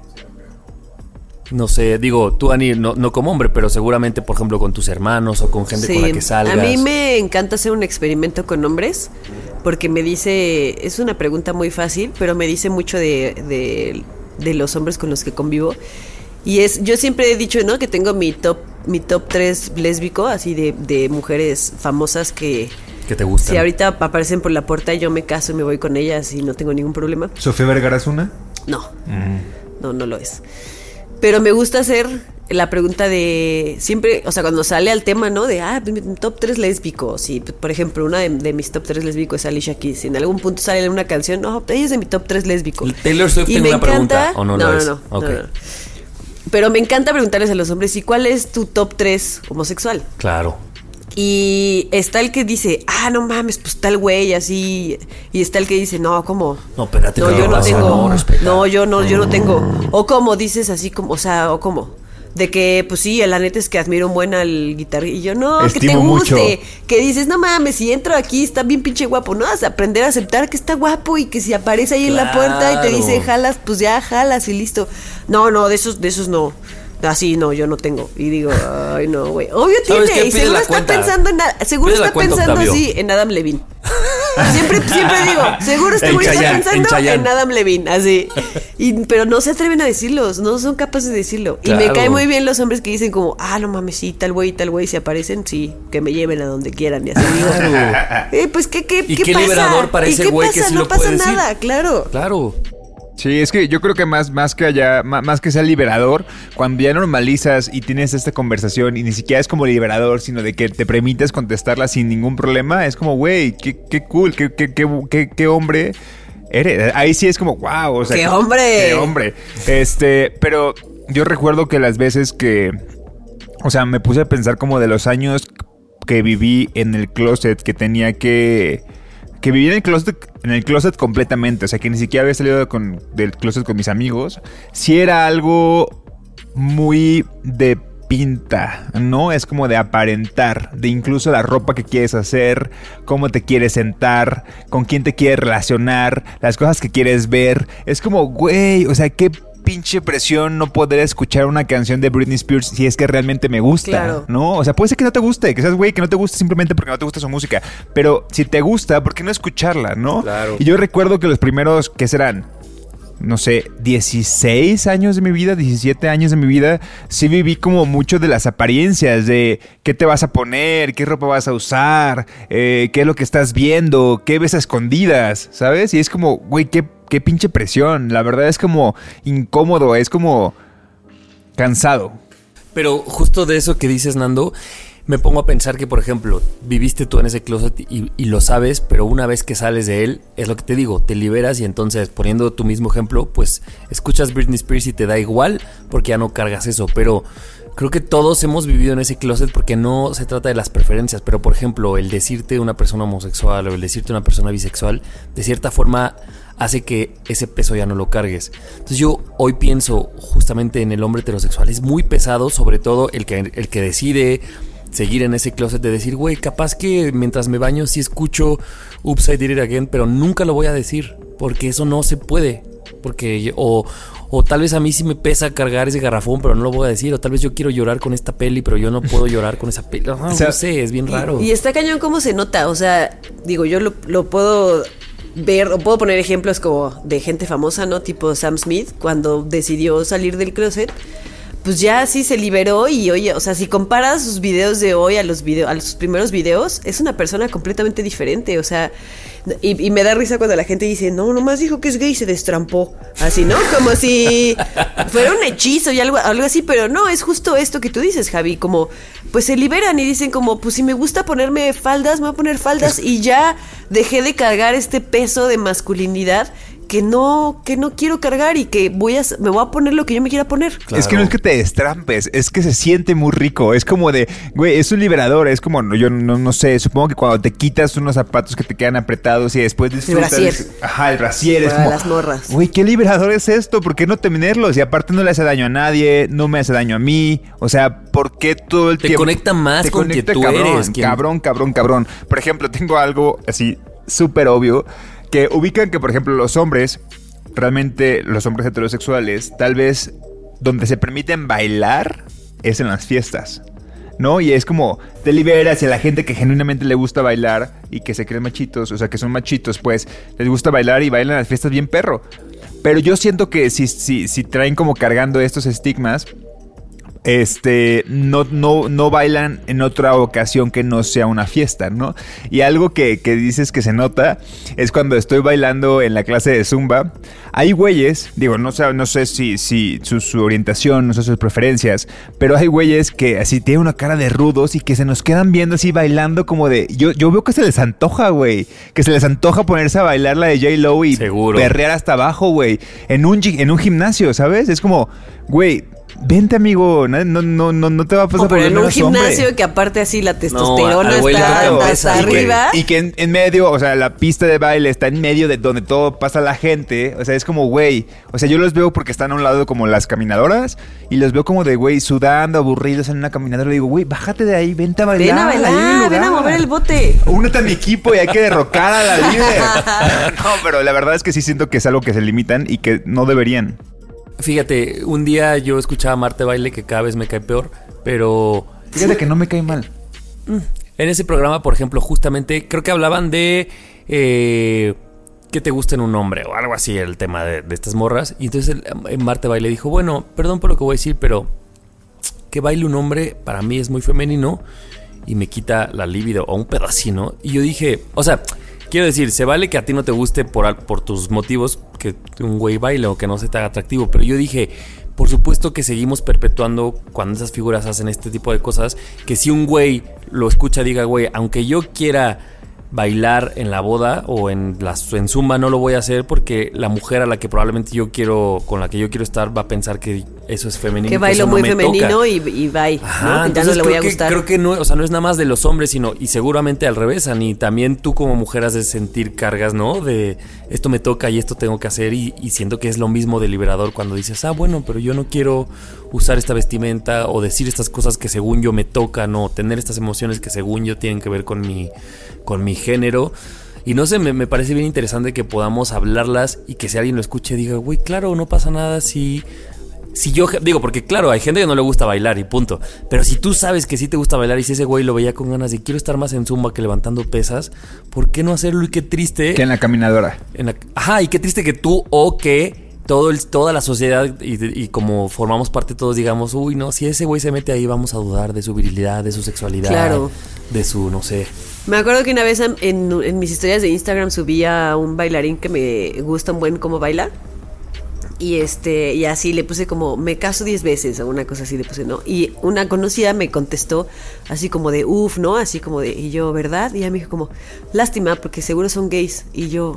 No sé, digo, tú, Ani, no, no como hombre, pero seguramente, por ejemplo, con tus hermanos o con gente Sí, con la que salgas. a mí me encanta hacer un experimento con hombres porque me dice, es una pregunta muy fácil, pero me dice mucho de, de, de los hombres con los que convivo. Y es, yo siempre he dicho, ¿no? Que tengo mi top, mi top tres lésbico, así de, de mujeres famosas que... que te gustan. Si ahorita aparecen por la puerta, yo me caso y me voy con ellas y no tengo ningún problema. ¿Sofía Vergara es una? No, Mm. no, no lo es. Pero me gusta hacer la pregunta de siempre, o sea, cuando sale al tema, ¿no? De, ah, mi top tres lésbicos. Y, por ejemplo, una de, de mis top tres lésbicos es Alicia Keys. Si en algún punto sale en una canción, no, ella es de mi top tres lésbico. ¿Taylor Swift Y tiene me una encanta, pregunta o no, no, lo es? no, no, Ok. no, no. Pero me encanta preguntarles a los hombres, ¿y cuál es tu top tres homosexual? Claro. Y está el que dice, ah, no mames, pues tal güey, así. Y está el que dice, no, ¿cómo? No, espérate. No, ¿qué yo no pasa? tengo. No, respeta. No, yo no, yo no tengo. O como dices así como, o sea, o como. De que, pues sí, la neta es que admiro un buen al guitarrista. Y yo, no, Estimo que te guste. mucho. Que dices, no mames, si entro aquí está bien pinche guapo. No, vas a aprender a aceptar que está guapo y que si aparece ahí en la puerta y te dice, jalas, pues ya jalas y listo. No, no, de esos, de esos no. Así no, yo no tengo. Y digo, ay, no, güey. Obvio ¿Sabes tiene. qué? Y Pide seguro la está cuenta. pensando en. Seguro Pide la está cuenta, pensando Octavio. así en Adam Levine. Siempre, siempre digo, seguro este En güey está Chayanne, en pensando Chayanne. en Adam Levine, así. Y, pero no se atreven a decirlos, no son capaces de decirlo. Y me Claro. cae muy bien los hombres que dicen como, ah, no mames, sí, tal güey, tal güey, si aparecen, sí, que me lleven a donde quieran. Y así digo, eh, pues, ¿qué, qué, Y qué, qué pasa? liberador para ¿Y ese qué güey pasa? que sí no lo pasa puede decir. nada, claro. Claro. Sí, es que yo creo que más, más que allá, más, más que sea liberador, cuando ya normalizas y tienes esta conversación y ni siquiera es como liberador, sino de que te permites contestarla sin ningún problema, es como, güey, qué, qué cool, qué, qué, qué, qué, qué hombre eres. Ahí sí es como, wow, o sea, ¡Qué hombre! ¡Qué hombre! Este, pero yo recuerdo que las veces que, o sea, me puse a pensar como de los años que viví en el closet, que tenía que... Que viví en el closet, en el closet completamente. O sea, que ni siquiera había salido con, del closet con mis amigos. Sí era algo muy de pinta, ¿no? Es como de aparentar. De incluso la ropa que quieres hacer, cómo te quieres sentar, con quién te quieres relacionar, las cosas que quieres ver. Es como, güey, o sea, qué pinche presión no poder escuchar una canción de Britney Spears si es que realmente me gusta, Claro. ¿no? O sea, puede ser que no te guste, que seas güey que no te guste simplemente porque no te gusta su música, pero si te gusta, ¿por qué no escucharla, no? Claro. Y yo recuerdo que los primeros, ¿qué serán? No sé, dieciséis años de mi vida, diecisiete años de mi vida, sí viví como mucho de las apariencias, de qué te vas a poner, qué ropa vas a usar, eh, qué es lo que estás viendo, qué ves a escondidas, ¿sabes? Y es como, güey, qué, qué pinche presión. La verdad es como incómodo, es como cansado. Pero justo de eso que dices, Nando, me pongo a pensar que, por ejemplo, viviste tú en ese closet y, y lo sabes, pero una vez que sales de él, es lo que te digo, te liberas y entonces, poniendo tu mismo ejemplo, pues escuchas Britney Spears y te da igual porque ya no cargas eso, pero creo que todos hemos vivido en ese closet porque no se trata de las preferencias, pero por ejemplo, el decirte una persona homosexual o el decirte una persona bisexual, de cierta forma hace que ese peso ya no lo cargues. Entonces yo hoy pienso justamente en el hombre heterosexual, es muy pesado, sobre todo el que, el que decide seguir en ese closet de decir, güey, capaz que mientras me baño sí escucho Oops, I Did It Again, pero nunca lo voy a decir, porque eso no se puede. Porque, o, o tal vez a mí sí me pesa cargar ese garrafón, pero no lo voy a decir. O tal vez yo quiero llorar con esta peli, pero yo no puedo llorar con esa peli. No, O sea, no sé, es bien raro. Y, y está cañón cómo se nota, o sea, digo, yo lo, lo puedo ver, o puedo poner ejemplos como de gente famosa, ¿no? Tipo Sam Smith, cuando decidió salir del closet, pues ya sí se liberó y oye, o sea, si comparas sus videos de hoy a los video, a sus primeros videos, es una persona completamente diferente, o sea, y, y me da risa cuando la gente dice, no, nomás dijo que es gay y se destrampó, así, ¿no? Como si fuera un hechizo y algo, algo así, pero no, es justo esto que tú dices, Javi, como, pues se liberan y dicen como, pues si me gusta ponerme faldas, me voy a poner faldas y ya dejé de cargar este peso de masculinidad que no, que no quiero cargar y que voy a, me voy a poner lo que yo me quiera poner. Claro. Es que no es que te destrampes, es que se siente muy rico. Es como de, güey, es un liberador. Es como, yo no, no sé, supongo que cuando te quitas unos zapatos que te quedan apretados y después disfrutas. brasier. Ajá, el brasier. Es Para como, las morras. güey, qué liberador es esto. ¿Por qué no tenerlos? Y aparte no le hace daño a nadie, no me hace daño a mí. O sea, ¿por qué todo el Te tiempo? conecta más con que tú cabrón, eres, quien- cabrón, cabrón, cabrón. Por ejemplo, tengo algo así súper obvio que ubican que, por ejemplo, los hombres, realmente los hombres heterosexuales, tal vez donde se permiten bailar es en las fiestas, ¿no? Y es como te liberas y a la gente que genuinamente le gusta bailar y que se creen machitos, o sea, que son machitos, pues les gusta bailar y bailan en las fiestas bien perro. Pero yo siento que si, si, si traen como cargando estos estigmas, este, no, no, no bailan en otra ocasión que no sea una fiesta, ¿no? Y algo que, que dices que se nota es cuando estoy bailando en la clase de Zumba. Hay güeyes, digo, no sé, no sé si, si su, su orientación, no sé sus preferencias, pero hay güeyes que así tienen una cara de rudos y que se nos quedan viendo así bailando como de... Yo, yo veo que se les antoja, güey. Que se les antoja ponerse a bailar la de J-Lo y Seguro. perrear hasta abajo, güey. En un, gi- en un gimnasio, ¿sabes? Es como, güey... vente, amigo, no, no, no, no, no te va a pasar oh, por pero en un gimnasio hombre. Que aparte así la testosterona No, al está claro, hasta y que, arriba. y que en, en medio, o sea, la pista de baile está en medio de donde todo pasa la gente. O sea, es como, güey, o sea, yo los veo porque están a un lado como las caminadoras y los veo como de, güey, sudando, aburridos en una caminadora. Le digo, güey, bájate de ahí, vente a bailar. Ven a ahí hay bailar, un ven a lugar. mover el bote. Únete a mi equipo y hay que derrocar a la líder. No, pero la verdad es que sí siento que es algo que se limitan y que no deberían. Fíjate, un día yo escuchaba a Marta de Baile, que cada vez me cae peor, pero... Fíjate que no me cae mal. En ese programa, por ejemplo, justamente creo que hablaban de eh, que te guste en un hombre o algo así, el tema de, de estas morras. Y entonces el, Marta de Baile dijo, bueno, perdón por lo que voy a decir, pero que baile un hombre para mí es muy femenino y me quita la libido o un pedacito. Y yo dije, o sea... Quiero decir, se vale que a ti no te guste por, por tus motivos que un güey baile o que no se te haga atractivo, pero yo dije, por supuesto que seguimos perpetuando cuando esas figuras hacen este tipo de cosas, que si un güey lo escucha diga, güey, aunque yo quiera bailar en la boda o en la en Zumba no lo voy a hacer porque la mujer a la que probablemente yo quiero, con la que yo quiero estar va a pensar que eso es femenino. Que bailo muy no femenino y, y bye, Ajá, ¿no? Ya no le voy a que, gustar. Creo que no, o sea, no es nada más de los hombres, sino, y seguramente al revés, Ani, también tú como mujer has de sentir cargas, ¿no? De esto me toca y esto tengo que hacer y, y siento que es lo mismo de liberador cuando dices, ah, bueno, pero yo no quiero usar esta vestimenta o decir estas cosas que según yo me tocan o tener estas emociones que según yo tienen que ver con mi, con mi género. Y no sé, me, me parece bien interesante que podamos hablarlas y que si alguien lo escuche diga, güey, claro, no pasa nada si... Si yo, digo, porque claro, hay gente que no le gusta bailar y punto. Pero si tú sabes que sí te gusta bailar y si ese güey lo veía con ganas de quiero estar más en Zumba que levantando pesas, ¿por qué no hacerlo? Y qué triste. Que en la caminadora. En la, ajá, y qué triste que tú o que todo el, toda la sociedad y, y como formamos parte todos digamos, uy, no, si ese güey se mete ahí vamos a dudar de su virilidad, de su sexualidad, claro. De su, no sé. Me acuerdo que una vez en, en, en mis historias de Instagram subía a un bailarín que me gusta un buen cómo baila. Y este, y así le puse como, me caso diez veces, o una cosa así le puse, ¿no? Y una conocida me contestó así como de, uff, ¿no? Así como de, y yo, ¿verdad? Y ella me dijo como, lástima, porque seguro son gays. Y yo,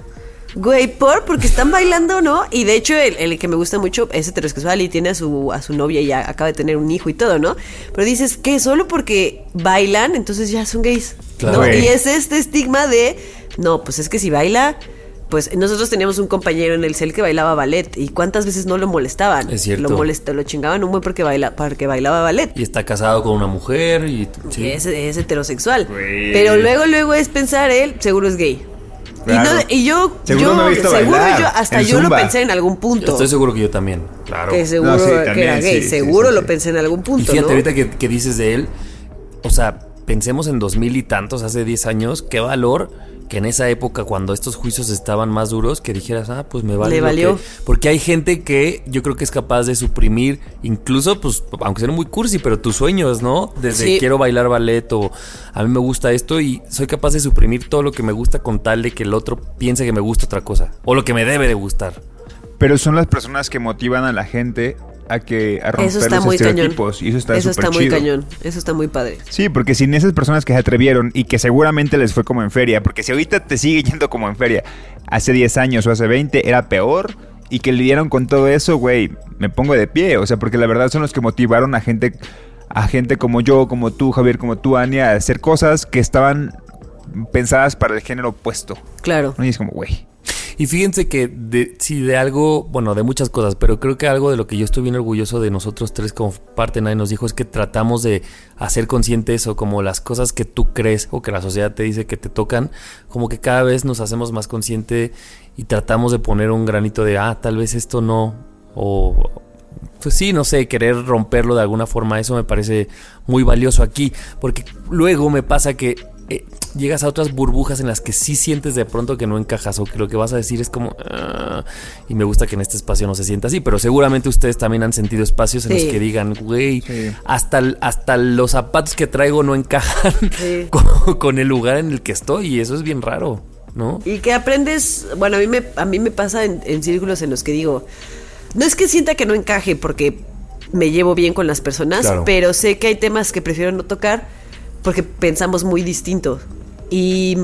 güey, ¿por? Porque están bailando, ¿no? Y de hecho, el, el que me gusta mucho es heterosexual y tiene a su, a su novia y ya acaba de tener un hijo y todo, ¿no? Pero dices, ¿qué? Solo porque bailan, entonces ya son gays, claro. ¿no? Y es este estigma de, no, pues es que si baila... Pues nosotros teníamos un compañero en el cel que bailaba ballet y cuántas veces no lo molestaban. Es cierto. Lo molesta, lo chingaban un buen porque baila, porque bailaba ballet. Y está casado con una mujer y sí. es, es heterosexual. Güey. Pero luego, luego es pensar él, seguro es gay. Claro. Y, no, y yo, Seguro yo, no he visto seguro bailar yo, hasta en yo lo Zumba. pensé en algún punto. Estoy seguro que yo también, claro. Que seguro No, sí, que también, era gay, sí, seguro sí, sí, lo sí. pensé en algún Y punto, fíjate, ¿no? ahorita que, que dices de él, o sea, pensemos en dos mil y tantos, hace diez años, qué valor que en esa época, cuando estos juicios estaban más duros, que dijeras, ah, pues me vale. Le lo valió. que-". Porque hay gente que yo creo que es capaz de suprimir, incluso, pues, aunque sea muy cursi, pero tus sueños, ¿no? Desde Sí. quiero bailar ballet o a mí me gusta esto y soy capaz de suprimir todo lo que me gusta con tal de que el otro piense que me gusta otra cosa. O lo que me debe de gustar. Pero son las personas que motivan a la gente a que a romper Eso está los muy cañón. estereotipos. Y eso está Eso súper está muy chido. cañón. Eso está muy padre. Sí, porque sin esas personas que se atrevieron y que seguramente les fue como en feria, porque si ahorita te sigue yendo como en feria, hace diez años o hace veinte era peor y que lidiaron con todo eso, güey, me pongo de pie. O sea, porque la verdad son los que motivaron a gente, a gente como yo, como tú, Javier, como tú, Ania, a hacer cosas que estaban pensadas para el género opuesto. Claro. Y es como, güey. Y fíjense que de, sí, de algo, bueno, de muchas cosas, pero creo que algo de lo que yo estoy bien orgulloso de nosotros tres como parte de Nadie Nos Dijo es que tratamos de hacer consciente eso, como las cosas que tú crees o que la sociedad te dice que te tocan, como que cada vez nos hacemos más consciente y tratamos de poner un granito de, ah, tal vez esto no, o pues sí, no sé, querer romperlo de alguna forma, eso me parece muy valioso aquí, porque luego me pasa que eh, llegas a otras burbujas en las que sí sientes de pronto que no encajas o que lo que vas a decir es como ah, y me gusta que en este espacio no se sienta así, pero seguramente ustedes también han sentido espacios en Sí. los que digan, güey, Sí. hasta, hasta los zapatos que traigo no encajan Sí. con, con el lugar en el que estoy y eso es bien raro, ¿no? Y que aprendes, bueno, a mí me, a mí me pasa en, en círculos en los que digo, no es que sienta que no encaje porque me llevo bien con las personas, Claro. pero sé que hay temas que prefiero no tocar porque pensamos muy distinto. Y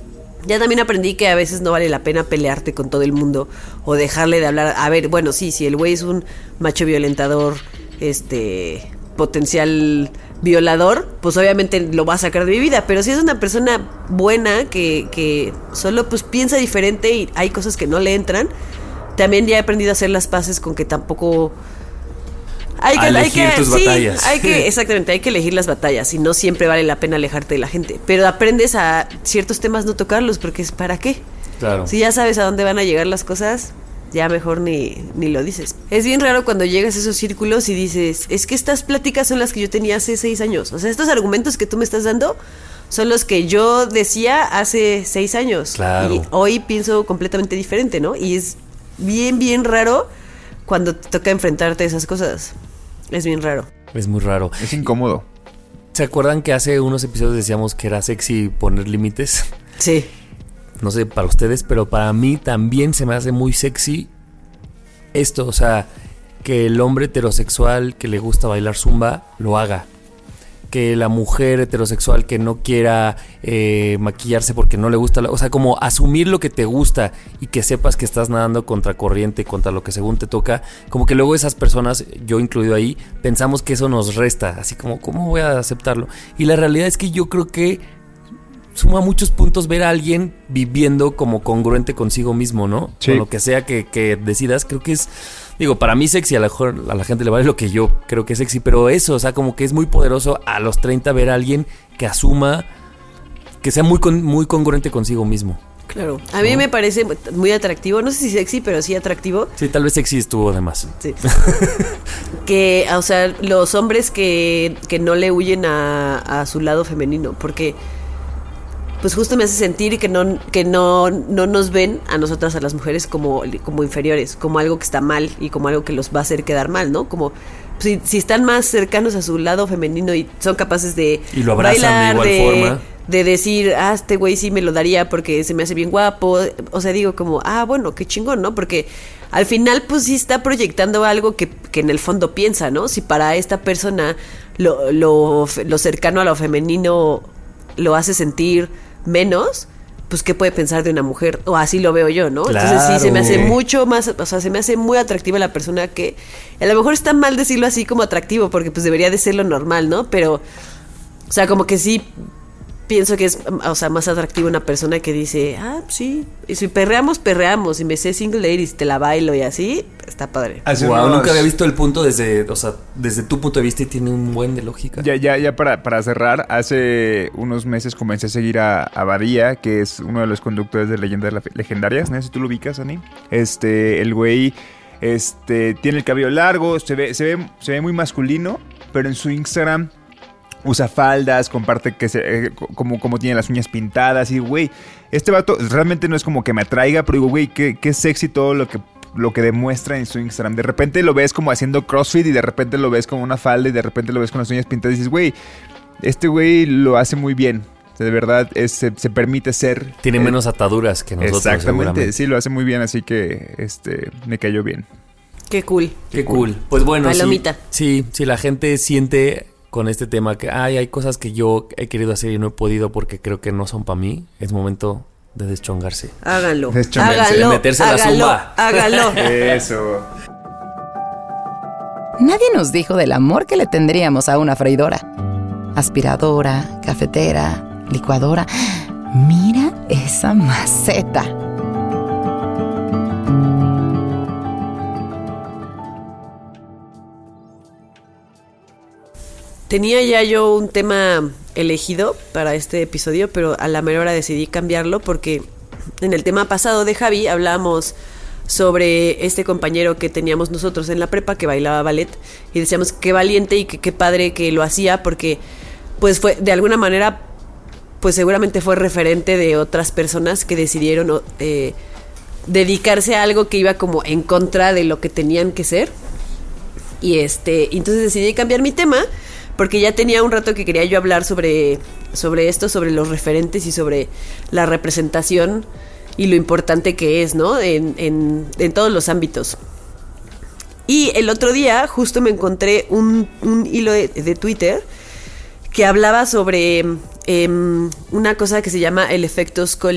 ya también aprendí que a veces no vale la pena pelearte con todo el mundo o dejarle de hablar. A ver, bueno, sí, si el güey es un macho violentador este potencial violador, pues obviamente lo va a sacar de mi vida. Pero si es una persona buena que, que solo pues piensa diferente y hay cosas que no le entran, también ya he aprendido a hacer las paces con que tampoco hay que elegir hay que, tus sí, batallas. Hay que, exactamente, hay que elegir las batallas y no siempre vale la pena alejarte de la gente. Pero aprendes a ciertos temas no tocarlos porque es ¿para qué? Claro. Si ya sabes a dónde van a llegar las cosas, ya mejor ni, ni lo dices. Es bien raro cuando llegas a esos círculos y dices, es que estas pláticas son las que yo tenía hace seis años. O sea, estos argumentos que tú me estás dando son los que yo decía hace seis años. Claro. Y hoy pienso completamente diferente, ¿no? Y es bien, bien raro cuando te toca enfrentarte a esas cosas. Es bien raro. Es muy raro. Es incómodo. ¿Se acuerdan que hace unos episodios decíamos que era sexy poner límites? Sí. No sé para ustedes, pero para mí también se me hace muy sexy esto, o sea, que el hombre heterosexual que le gusta bailar zumba lo haga. Que la mujer heterosexual que no quiera eh, maquillarse porque no le gusta, la, o sea, como asumir lo que te gusta y que sepas que estás nadando contra corriente, contra lo que según te toca, como que luego esas personas, yo incluido ahí, pensamos que eso nos resta, así como, ¿cómo voy a aceptarlo? Y la realidad es que yo creo que suma muchos puntos ver a alguien viviendo como congruente consigo mismo, ¿no? Sí. Con lo que sea que, que decidas, creo que es... Digo, para mí sexy, a lo mejor a la gente le vale lo que yo creo que es sexy, pero eso, o sea, como que es muy poderoso a los treinta ver a alguien que asuma, que sea muy, con, muy congruente consigo mismo. Claro. A mí ¿No? me parece muy atractivo, no sé si sexy, pero sí atractivo. Sí, tal vez sexy estuvo de más. Sí. Que, o sea, los hombres que, que no le huyen a, a su lado femenino, porque pues justo me hace sentir que no, que no, no nos ven a nosotras, a las mujeres, como, como inferiores, como algo que está mal y como algo que los va a hacer quedar mal, ¿no? Como si, si están más cercanos a su lado femenino y son capaces de y lo abrazan bailar, de igual de, forma. de decir, ah, este güey sí me lo daría porque se me hace bien guapo. O sea, digo como, ah, bueno, qué chingón, ¿no? Porque al final, pues sí está proyectando algo que, que en el fondo piensa, ¿no? Si para esta persona lo, lo, lo cercano a lo femenino lo hace sentir menos, pues qué puede pensar de una mujer, o así lo veo yo, ¿no? Claro. Entonces sí, se me hace mucho más, o sea, se me hace muy atractiva la persona que, a lo mejor está mal decirlo así como atractivo, porque pues debería de ser lo normal, ¿no? Pero, o sea, como que sí pienso que es, o sea, más atractivo una persona que dice, ah, sí, y si perreamos, perreamos, y me sé single ladies, te la bailo y así, está padre. Hace Wow, unos- nunca había visto el punto desde, o sea, desde tu punto de vista y tiene un buen de lógica. Ya, ya, ya para, para cerrar, hace unos meses comencé a seguir a, a Badía, que es uno de los conductores de Leyendas Lef- Legendarias. No sé si tú lo ubicas, Ani. Este, el güey, este, tiene el cabello largo, se ve, se ve, se ve muy masculino, pero en su Instagram usa faldas, comparte que se, eh, como, como tiene las uñas pintadas. Y güey, este vato realmente no es como que me atraiga, pero digo, güey, qué, qué sexy todo lo que lo que demuestra en su Instagram. De repente lo ves como haciendo CrossFit y de repente lo ves como una falda y de repente lo ves con las uñas pintadas y dices, güey, este güey lo hace muy bien. O sea, de verdad es, se, se permite ser. Tiene eh, menos ataduras que nosotros, Exactamente, seguramente. sí, lo hace muy bien, así que este me cayó bien. Qué cool. Qué cool. Pues bueno, Palomita. sí, sí, si la gente siente con este tema que ay, hay cosas que yo he querido hacer y no he podido porque creo que no son para mí, es momento de deschongarse. Háganlo. Deschongarse, Háganlo. meterse a la háganlo, zumba. Háganlo. Eso. Nadie nos dijo del amor que le tendríamos a una freidora, aspiradora, cafetera, licuadora. Mira esa maceta. Tenía ya yo un tema elegido para este episodio, pero a la mera hora decidí cambiarlo porque en el tema pasado de Javi hablábamos sobre este compañero que teníamos nosotros en la prepa que bailaba ballet y decíamos qué valiente y que qué padre que lo hacía porque pues fue de alguna manera pues seguramente fue referente de otras personas que decidieron eh, dedicarse a algo que iba como en contra de lo que tenían que ser y este entonces decidí cambiar mi tema porque ya tenía un rato que quería yo hablar sobre, sobre esto, sobre los referentes y sobre la representación y lo importante que es, ¿no? En, en, en todos los ámbitos. Y el otro día justo me encontré un, un hilo de, de Twitter que hablaba sobre eh, una cosa que se llama el efecto Scully,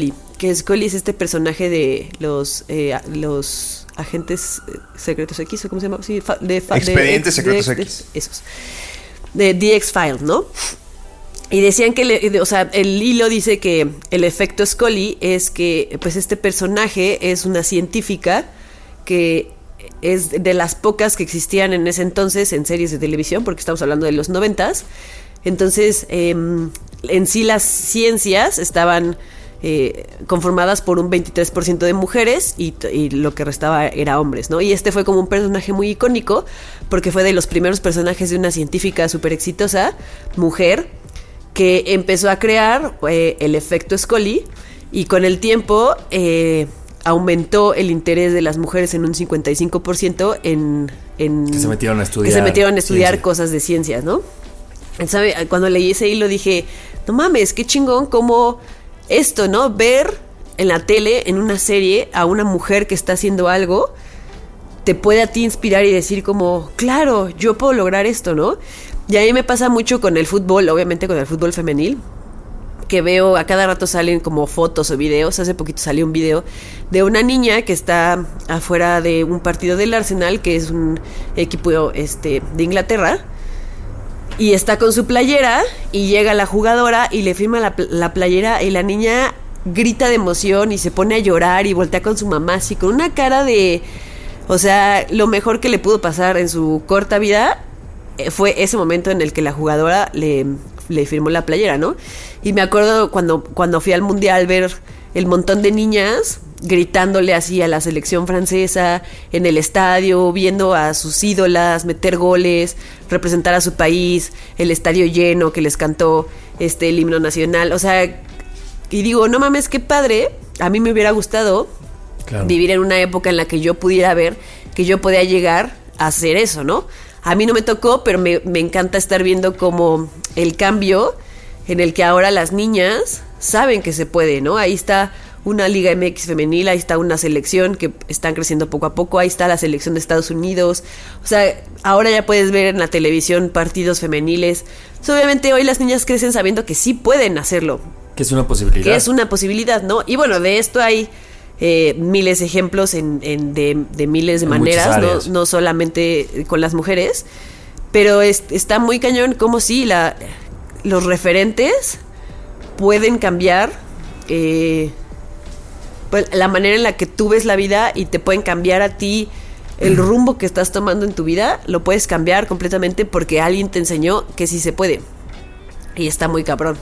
que Scully es este personaje de los eh, los agentes secretos X, ¿o cómo se llama? Sí, fa, de, fa, Expedientes de, secretos de, X. De, esos. De The X-Files, ¿no? Y decían que, le, o sea, el hilo dice que el efecto Scully es que, pues, este personaje es una científica que es de las pocas que existían en ese entonces en series de televisión, porque estamos hablando de los noventas. Entonces, eh, en sí las ciencias estaban eh, conformadas por un veintitrés por ciento de mujeres y, y lo que restaba era hombres, ¿no? Y este fue como un personaje muy icónico porque fue de los primeros personajes de una científica súper exitosa, mujer, que empezó a crear eh, el efecto Scully y con el tiempo eh, aumentó el interés de las mujeres en un cincuenta y cinco por ciento en, en... Que se metieron a estudiar. Que se metieron a estudiar ciencia. Cosas de ciencias, ¿no? ¿Sabe? Cuando leí ese hilo dije, no mames, qué chingón como esto, ¿no? Ver en la tele, en una serie, a una mujer que está haciendo algo, te puede a ti inspirar y decir como, claro, yo puedo lograr esto, ¿no? Y a mí me pasa mucho con el fútbol, obviamente con el fútbol femenil, que veo, a cada rato salen como fotos o videos. Hace poquito salió un video de una niña que está afuera de un partido del Arsenal, que es un equipo este, de Inglaterra, y está con su playera y llega la jugadora y le firma la, la playera y la niña grita de emoción y se pone a llorar y voltea con su mamá así con una cara de... O sea, lo mejor que le pudo pasar en su corta vida fue ese momento en el que la jugadora le, le firmó la playera, ¿no? Y me acuerdo cuando, cuando fui al mundial ver el montón de niñas gritándole así a la selección francesa en el estadio, viendo a sus ídolas meter goles, representar a su país, el estadio lleno que les cantó este el himno nacional. O sea, y digo, no mames, qué padre. A mí me hubiera gustado claro. vivir en una época en la que yo pudiera ver que yo podía llegar a hacer eso, ¿no? A mí no me tocó, pero me, me encanta estar viendo como el cambio en el que ahora las niñas saben que se puede, ¿no? Ahí está una Liga M X femenil, ahí está una selección que están creciendo poco a poco, ahí está la selección de Estados Unidos. O sea, ahora ya puedes ver en la televisión partidos femeniles. Entonces, obviamente hoy las niñas crecen sabiendo que sí pueden hacerlo. Que es una posibilidad. Que es una posibilidad, ¿no? Y bueno, de esto hay... Eh, miles de ejemplos en, en de, de miles de en maneras, no, no solamente con las mujeres, pero es, está muy cañón como si la, los referentes pueden cambiar eh, pues, la manera en la que tú ves la vida y te pueden cambiar a ti el rumbo que estás tomando en tu vida, lo puedes cambiar completamente porque alguien te enseñó que sí se puede y está muy cabrón.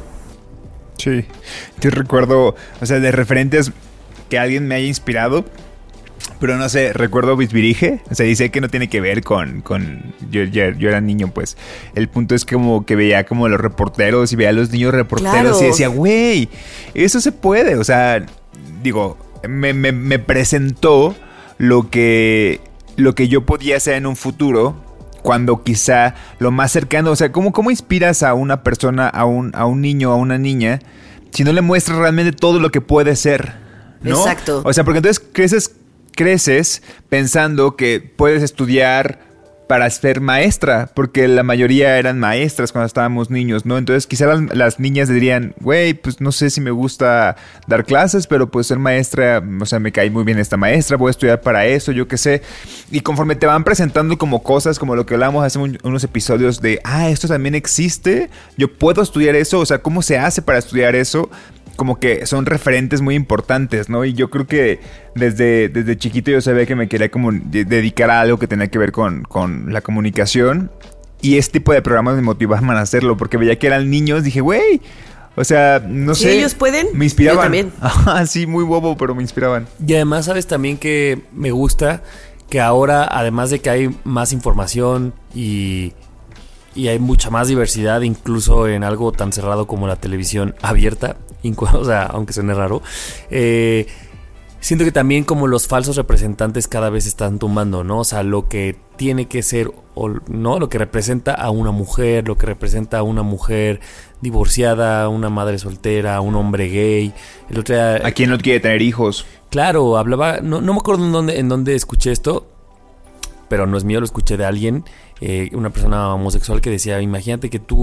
Sí, yo recuerdo, o sea, de referentes que alguien me haya inspirado, pero no sé, recuerdo Bisbirige, o sea, dice que no tiene que ver con, con yo, yo, yo era niño, pues, el punto es como que veía como los reporteros y veía a los niños reporteros claro. y decía, güey, eso se puede, o sea, digo, me, me, me presentó lo que, lo que yo podía hacer en un futuro, cuando quizá lo más cercano, o sea, ¿cómo, cómo inspiras a una persona, a un, a un niño, a una niña, si no le muestras realmente todo lo que puede ser? ¿No? Exacto. O sea, porque entonces creces, creces pensando que puedes estudiar para ser maestra, porque la mayoría eran maestras cuando estábamos niños, ¿no? Entonces quizá las, las niñas dirían, güey, pues no sé si me gusta dar clases, pero pues ser maestra, o sea, me cae muy bien esta maestra, voy a estudiar para eso, yo qué sé. Y conforme te van presentando como cosas, como lo que hablábamos hace un, unos episodios de, ah, esto también existe, yo puedo estudiar eso, o sea, ¿cómo se hace para estudiar eso? Como que son referentes muy importantes, ¿no? Y yo creo que desde, desde chiquito yo sabía que me quería como dedicar a algo que tenía que ver con, con la comunicación. Y este tipo de programas me motivaban a hacerlo, porque veía que eran niños, dije, güey, o sea, no si sé. Si ellos pueden, me inspiraban. Yo también. Ajá, sí, muy bobo, pero me inspiraban. Y además, ¿sabes también que me gusta? Que ahora, además de que hay más información y... y hay mucha más diversidad, incluso en algo tan cerrado como la televisión abierta, o sea, aunque suene raro, eh, siento que también como los falsos representantes cada vez están tumbando, ¿no? O sea, lo que tiene que ser, o, ¿no? Lo que representa a una mujer, lo que representa a una mujer divorciada, una madre soltera, un hombre gay. El otro día, ¿a quién no quiere tener hijos? Claro, hablaba, no, no me acuerdo en dónde, en dónde escuché esto, pero no es mío, lo escuché de alguien, eh, una persona homosexual que decía, imagínate que tú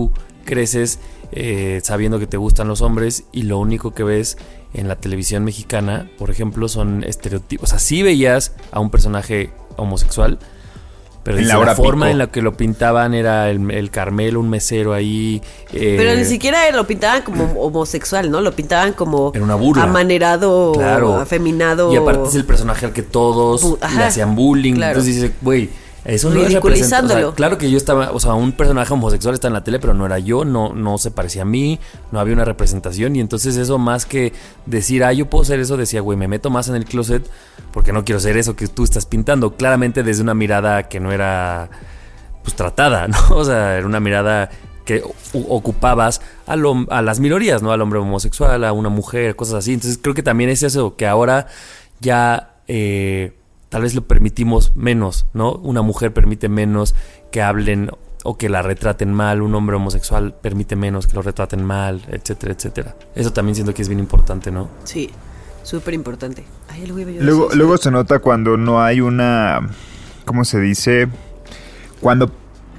creces eh, sabiendo que te gustan los hombres y lo único que ves en la televisión mexicana, por ejemplo, son estereotipos. O sea, sí veías a un personaje homosexual, pero en la, la forma pico. en la que lo pintaban era el, el Carmelo, un mesero ahí. Eh, Pero ni siquiera lo pintaban como homosexual, ¿no? Lo pintaban como Era una burla. amanerado, Claro. afeminado. Y aparte es el personaje al que todos Bu- le ajá, hacían bullying. claro. Entonces dices, güey, eso no es representación. Ridiculizándolo. O sea, claro que yo estaba, o sea, un personaje homosexual está en la tele, pero no era yo, no, no se parecía a mí, no había una representación. Y entonces eso más que decir, ah, yo puedo ser eso, decía, güey, me meto más en el closet porque no quiero ser eso que tú estás pintando. Claramente desde una mirada que no era, pues, tratada, ¿no? O sea, era una mirada que u- ocupabas a, lo, a las minorías, ¿no? Al hombre homosexual, a una mujer, cosas así. Entonces creo que también es eso, que ahora ya eh, tal vez lo permitimos menos, ¿no? Una mujer permite menos que hablen o que la retraten mal, un hombre homosexual permite menos que lo retraten mal, etcétera, etcétera. Eso también siento que es bien importante, ¿no? Sí, súper importante. Ay, el güey iba yo a Luego, decir. luego se nota cuando no hay una, ¿cómo se dice? Cuando,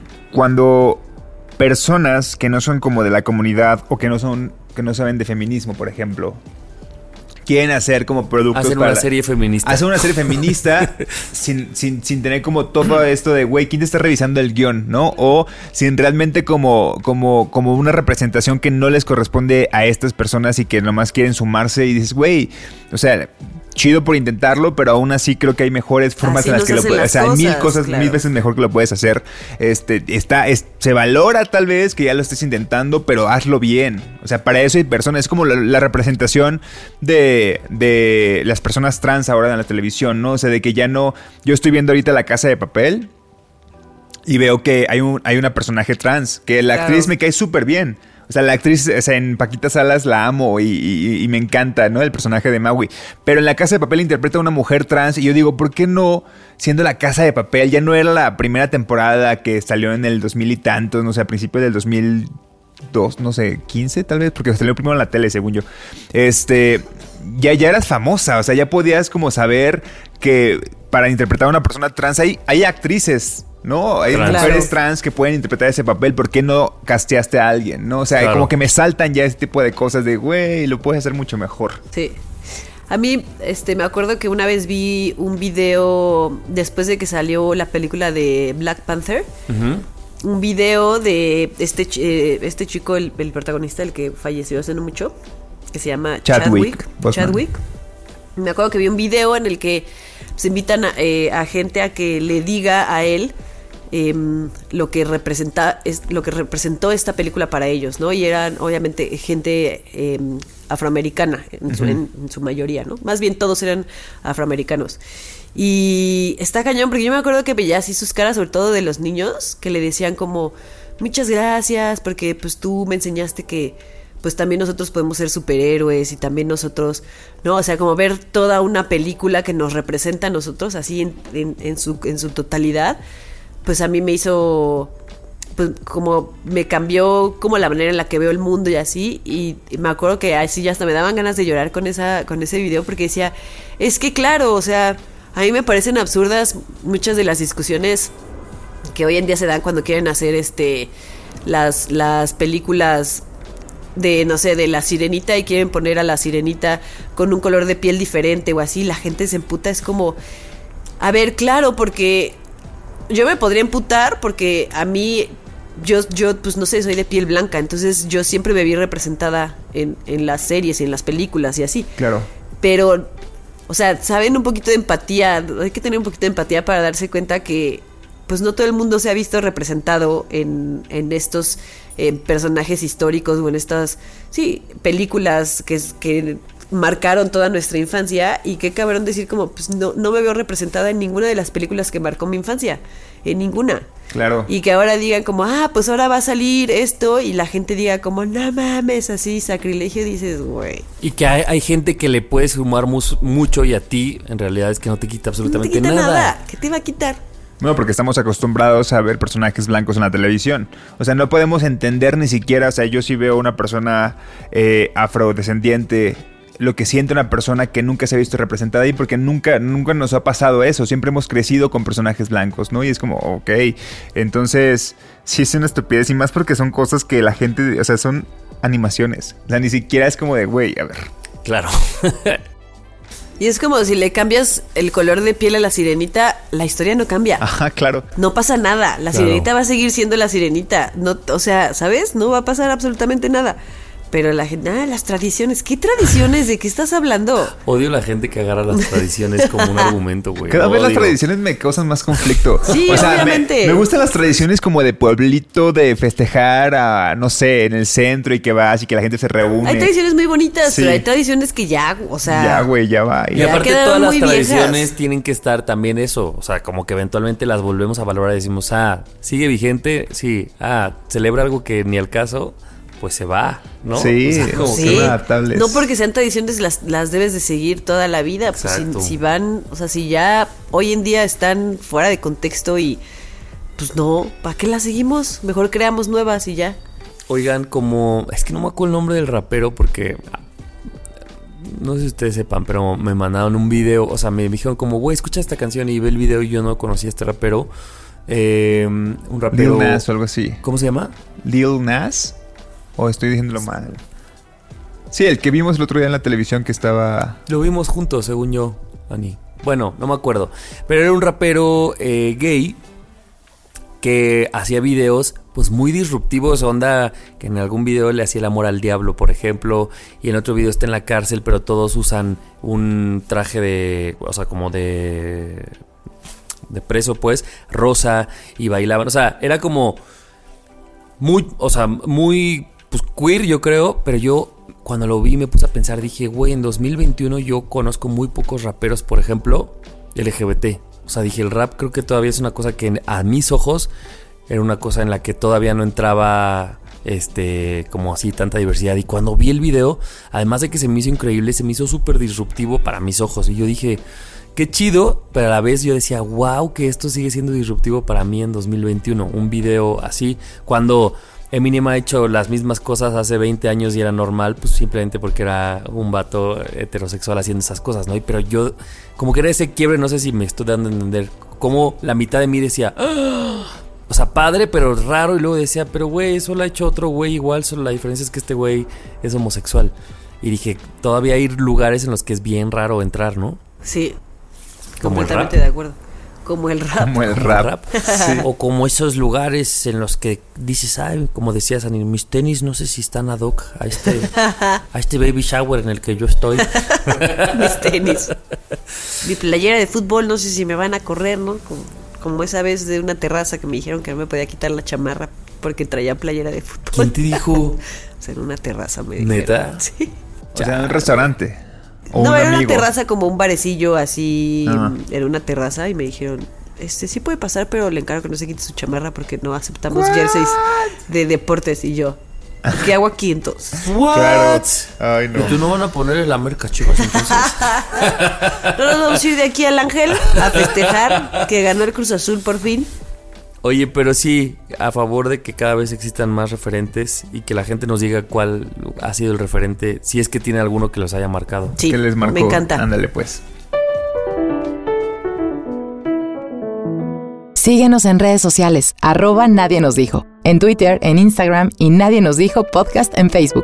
cuando personas que no son como de la comunidad o que no son, que no saben de feminismo, por ejemplo, quieren hacer como productos Hacer para una serie feminista. hacer una serie feminista sin, sin, sin tener como todo esto de, güey, ¿quién te está revisando el guión? ¿No? O sin realmente como, como, como una representación que no les corresponde a estas personas y que nomás quieren sumarse y dices, güey, o sea, chido por intentarlo, pero aún así creo que hay mejores formas Así en las no que se lo hacen puedes, o las sea, hay mil cosas, cosas, claro. mil veces mejor que lo puedes hacer. Este, está, es, se valora tal vez que ya lo estés intentando, pero hazlo bien. O sea, para eso hay personas, es como la, la representación de, de las personas trans ahora en la televisión, ¿no? O sea, de que ya no, yo estoy viendo ahorita La Casa de Papel y veo que hay un, hay una personaje trans, que la Claro. actriz me cae súper bien. O sea, la actriz, o sea, en Paquita Salas la amo y, y- y me encanta, ¿no? El personaje de Maui. Pero en La Casa de Papel interpreta a una mujer trans y yo digo, ¿por qué no? Siendo La Casa de Papel, ya no era la primera temporada que salió en el dos mil y tantos, no sé, a principios del dos mil dos, no sé, quince tal vez, porque salió primero en la tele, según yo. Este, ya, ya eras famosa, o sea, ya podías como saber que para interpretar a una persona trans hay, hay actrices, ¿no? Hay Trans. mujeres Claro. trans que pueden interpretar ese papel. ¿Por qué no casteaste a alguien? ¿No? O sea, Claro. como que me saltan ya ese tipo de cosas de, güey, lo puedes hacer mucho mejor. Sí. A mí, este, me acuerdo que una vez vi un video después de que salió la película de Black Panther. Ujú. Un video de este, ch- eh, este chico, el, el protagonista, el que falleció hace no mucho, que se llama Chadwick Chadwick. Boseman. Chadwick. Me acuerdo que vi un video en el que se invitan a, eh, a gente a que le diga a él em, lo que representa es, lo que representó esta película para ellos, ¿no? Y eran obviamente gente em, afroamericana en su, en- en su mayoría, ¿no? Más bien todos eran afroamericanos. Y está cañón, porque yo me acuerdo que veía así sus caras, sobre todo de los niños, que le decían como, muchas gracias, porque pues tú me enseñaste que pues también nosotros podemos ser superhéroes y también nosotros, ¿no? O sea, como ver toda una película que nos representa a nosotros así en, en, en su, en su totalidad, pues a mí me hizo, pues como me cambió como la manera en la que veo el mundo y así, y, y me acuerdo que así ya hasta me daban ganas de llorar con esa, con ese video, porque decía, es que claro, o sea, a mí me parecen absurdas muchas de las discusiones que hoy en día se dan cuando quieren hacer este las, las películas de, no sé, de la sirenita y quieren poner a la sirenita con un color de piel diferente o así, la gente se emputa, es como, a ver, claro, porque yo me podría emputar porque a mí, yo, yo pues no sé, soy de piel blanca, entonces yo siempre me vi representada en, en las series y en las películas y así. Claro. Pero, o sea, saben un poquito de empatía, hay que tener un poquito de empatía para darse cuenta que pues no todo el mundo se ha visto representado en, en estos eh, personajes históricos o en estas, sí, películas que, que marcaron toda nuestra infancia, y qué cabrón decir como, pues no, no me veo representada en ninguna de las películas que marcó mi infancia, en ninguna. Claro. Y que ahora digan como, ah, pues ahora va a salir esto, y la gente diga como, no mames, así, sacrilegio, dices, güey. Y que hay, hay gente que le puede sumar mus- mucho y a ti en realidad es que no te quita No te absolutamente quita nada. nada, ¿qué te va a quitar? No, porque estamos acostumbrados a ver personajes blancos en la televisión. O sea, no podemos entender ni siquiera, o sea, yo sí veo una persona eh, afrodescendiente lo que siente una persona que nunca se ha visto representada ahí, porque nunca, nunca nos ha pasado eso. Siempre hemos crecido con personajes blancos, ¿no? Y es como, ok. Entonces, sí es una estupidez, y más porque son cosas que la gente, o sea, son animaciones. O sea, ni siquiera es como de, güey, a ver. Claro. Y es como si le cambias el color de piel a la sirenita, la historia no cambia. Ajá, claro. No pasa nada. La Claro. sirenita va a seguir siendo la sirenita. No, o sea, ¿sabes? No va a pasar absolutamente nada. Pero la gente, ah, las tradiciones. ¿Qué tradiciones? ¿De qué estás hablando? Odio la gente que agarra las tradiciones como un argumento, güey. Cada vez las Odio. tradiciones me causan más conflicto. Sí, o sea, me- obviamente. Me, gustan las tradiciones como de pueblito, de festejar a, no sé, en el centro y que vas y que la gente se reúne. Hay tradiciones muy bonitas, Sí. pero hay tradiciones que ya, o sea... Ya, güey, ya va. Y Ya aparte quedaron todas las muy viejas. tradiciones tienen que estar también eso, o sea, como que eventualmente las volvemos a valorar y decimos, ah, sigue vigente, sí, ah, celebra algo que ni al caso, pues se va, ¿no? Sí, O sea, como sí. que- son adaptables. No porque sean tradiciones las, las debes de seguir toda la vida. Pues Exacto. si, si van, o sea, si ya hoy en día están fuera de contexto y pues no, ¿para qué las seguimos? Mejor creamos nuevas y ya. Oigan, como, es que no me acuerdo el nombre del rapero porque, no sé si ustedes sepan, pero me mandaron un video, o sea, me dijeron como, güey, escucha esta canción y ve el video y yo no conocía a este rapero. Eh, un rapero... Lil Nas o algo así. ¿Cómo se llama? Lil Nas. O estoy diciéndolo mal. Sí, el que vimos el otro día en la televisión que estaba... Lo vimos juntos, según yo, Ani. Bueno, no me acuerdo. Pero era un rapero eh, gay que hacía videos pues muy disruptivos, onda que en algún video le hacía el amor al diablo, por ejemplo, y en otro video está en la cárcel, pero todos usan un traje de, o sea, como de de preso, pues, rosa, y bailaban, o sea, era como muy, o sea, muy pues queer, yo creo, pero yo cuando lo vi me puse a pensar, dije, güey, en dos mil veintiuno yo conozco muy pocos raperos, por ejemplo, L G B T. O sea, dije, el rap creo que todavía es una cosa que a mis ojos era una cosa en la que todavía no entraba este como así tanta diversidad. Y cuando vi el video, además de que se me hizo increíble, se me hizo súper disruptivo para mis ojos. Y yo dije, qué chido, pero a la vez yo decía, wow, que esto sigue siendo disruptivo para mí en dos mil veintiuno. Un video así, cuando Eminem ha hecho las mismas cosas hace veinte años y era normal, pues simplemente porque era un vato heterosexual haciendo esas cosas, ¿no? Y pero yo, como que era ese quiebre, no sé si me estoy dando a entender, como la mitad de mí decía, ¡ah! O sea, padre, pero raro, y luego decía, pero güey, eso lo ha hecho otro güey igual, solo la diferencia es que este güey es homosexual. Y dije, todavía hay lugares en los que es bien raro entrar, ¿no? Sí, Como el completamente rap. de acuerdo. Como el rap. Como el Como rap. rap. O como esos lugares en los que dices, ay, como decías, Ani, mis tenis no sé si están ad hoc a este, a este baby shower en el que yo estoy. Mis tenis. Mi playera de fútbol, no sé si me van a correr, ¿no? Como, como esa vez de una terraza que me dijeron que no me podía quitar la chamarra porque traía playera de fútbol. ¿Quién te dijo? O sea, en una terraza me dijeron. ¿Neta? Sí. O sea, en un restaurante. O No, un era amigo. una terraza como un barecillo así. Ah. Era una terraza y me dijeron, este sí puede pasar, pero le encargo que no se quite su chamarra porque no aceptamos jerseys de deportes. Y yo, ¿qué hago aquí entonces? Claro. Ay, no. ¿Y tú no van a ponerle la merca, chicos, entonces? No nos vamos a ir de aquí al Ángel a festejar que ganó el Cruz Azul por fin. Oye, pero sí, a favor de que cada vez existan más referentes y que la gente nos diga cuál ha sido el referente, si es que tiene alguno que los haya marcado. Sí, ¿Qué les marcó? me encanta. Ándale, pues. Síguenos en redes sociales, arroba Nadie Nos Dijo, en Twitter, en Instagram y Nadie Nos Dijo Podcast en Facebook.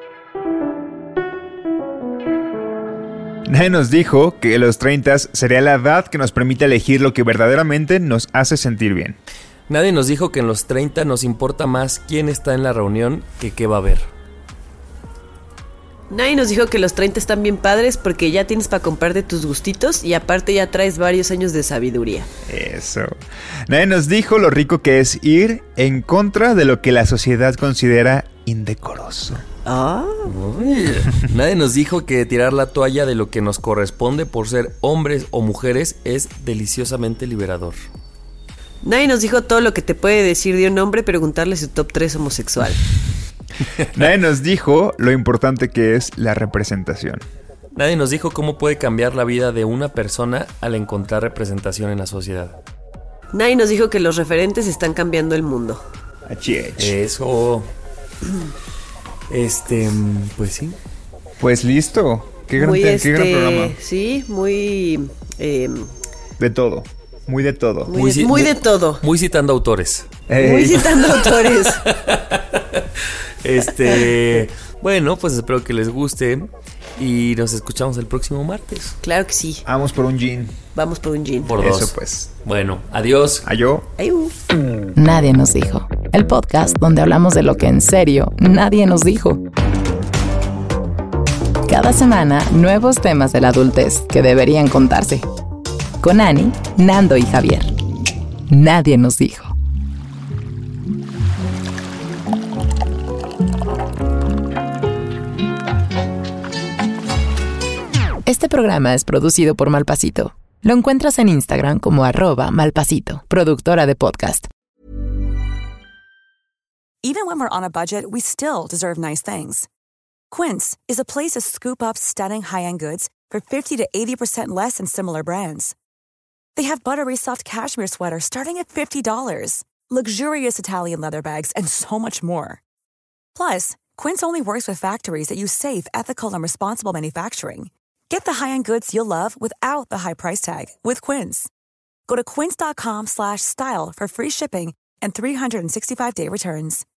Nadie nos dijo que los treinta sería la edad que nos permite elegir lo que verdaderamente nos hace sentir bien. Nadie nos dijo que en los treinta nos importa más quién está en la reunión que qué va a haber. Nadie nos dijo que los treinta están bien padres porque ya tienes para comprarte tus gustitos y aparte ya traes varios años de sabiduría. Eso. Nadie nos dijo lo rico que es ir en contra de lo que la sociedad considera indecoroso. Ah, Uy, nadie nos dijo que tirar la toalla de lo que nos corresponde por ser hombres o mujeres es deliciosamente liberador. nadie nos dijo todo lo que te puede decir de un hombre preguntarle su top tres homosexual. Nadie nos dijo lo importante que es la representación. Nadie nos dijo cómo puede cambiar la vida de una persona al encontrar representación en la sociedad. Nadie nos dijo que los referentes están cambiando el mundo. Achiech. Eso. Este, pues sí. Pues listo. Qué gran, muy, te- este, qué gran programa. Sí, muy... eh, De todo. Muy de todo. muy, de, ci- muy de todo. Muy citando autores. Ey. Muy citando autores. Este, bueno, pues espero que les guste y nos escuchamos el próximo martes. Claro que sí. Vamos por un gin. Vamos por un gin. Por dos. Eso pues. Bueno, adiós. ¿A yo? Ayú. Nadie nos dijo. El podcast donde hablamos de lo que en serio nadie nos dijo. Cada semana, nuevos temas de la adultez que deberían contarse. Con Ani, Nando y Javier. Nadie nos dijo. Este programa es producido por Malpasito. Lo encuentras en Instagram como arroba Malpasito, productora de podcast. Even when we're on a budget, we still deserve nice things. Quince is a place to scoop up stunning high-end goods for fifty to eighty percent less than similar brands. They have buttery soft cashmere sweaters starting at fifty dollars, luxurious Italian leather bags, and so much more. Plus, Quince only works with factories that use safe, ethical, and responsible manufacturing. Get the high-end goods you'll love without the high price tag with Quince. Go to quince.com slash style for free shipping and three sixty-five day returns.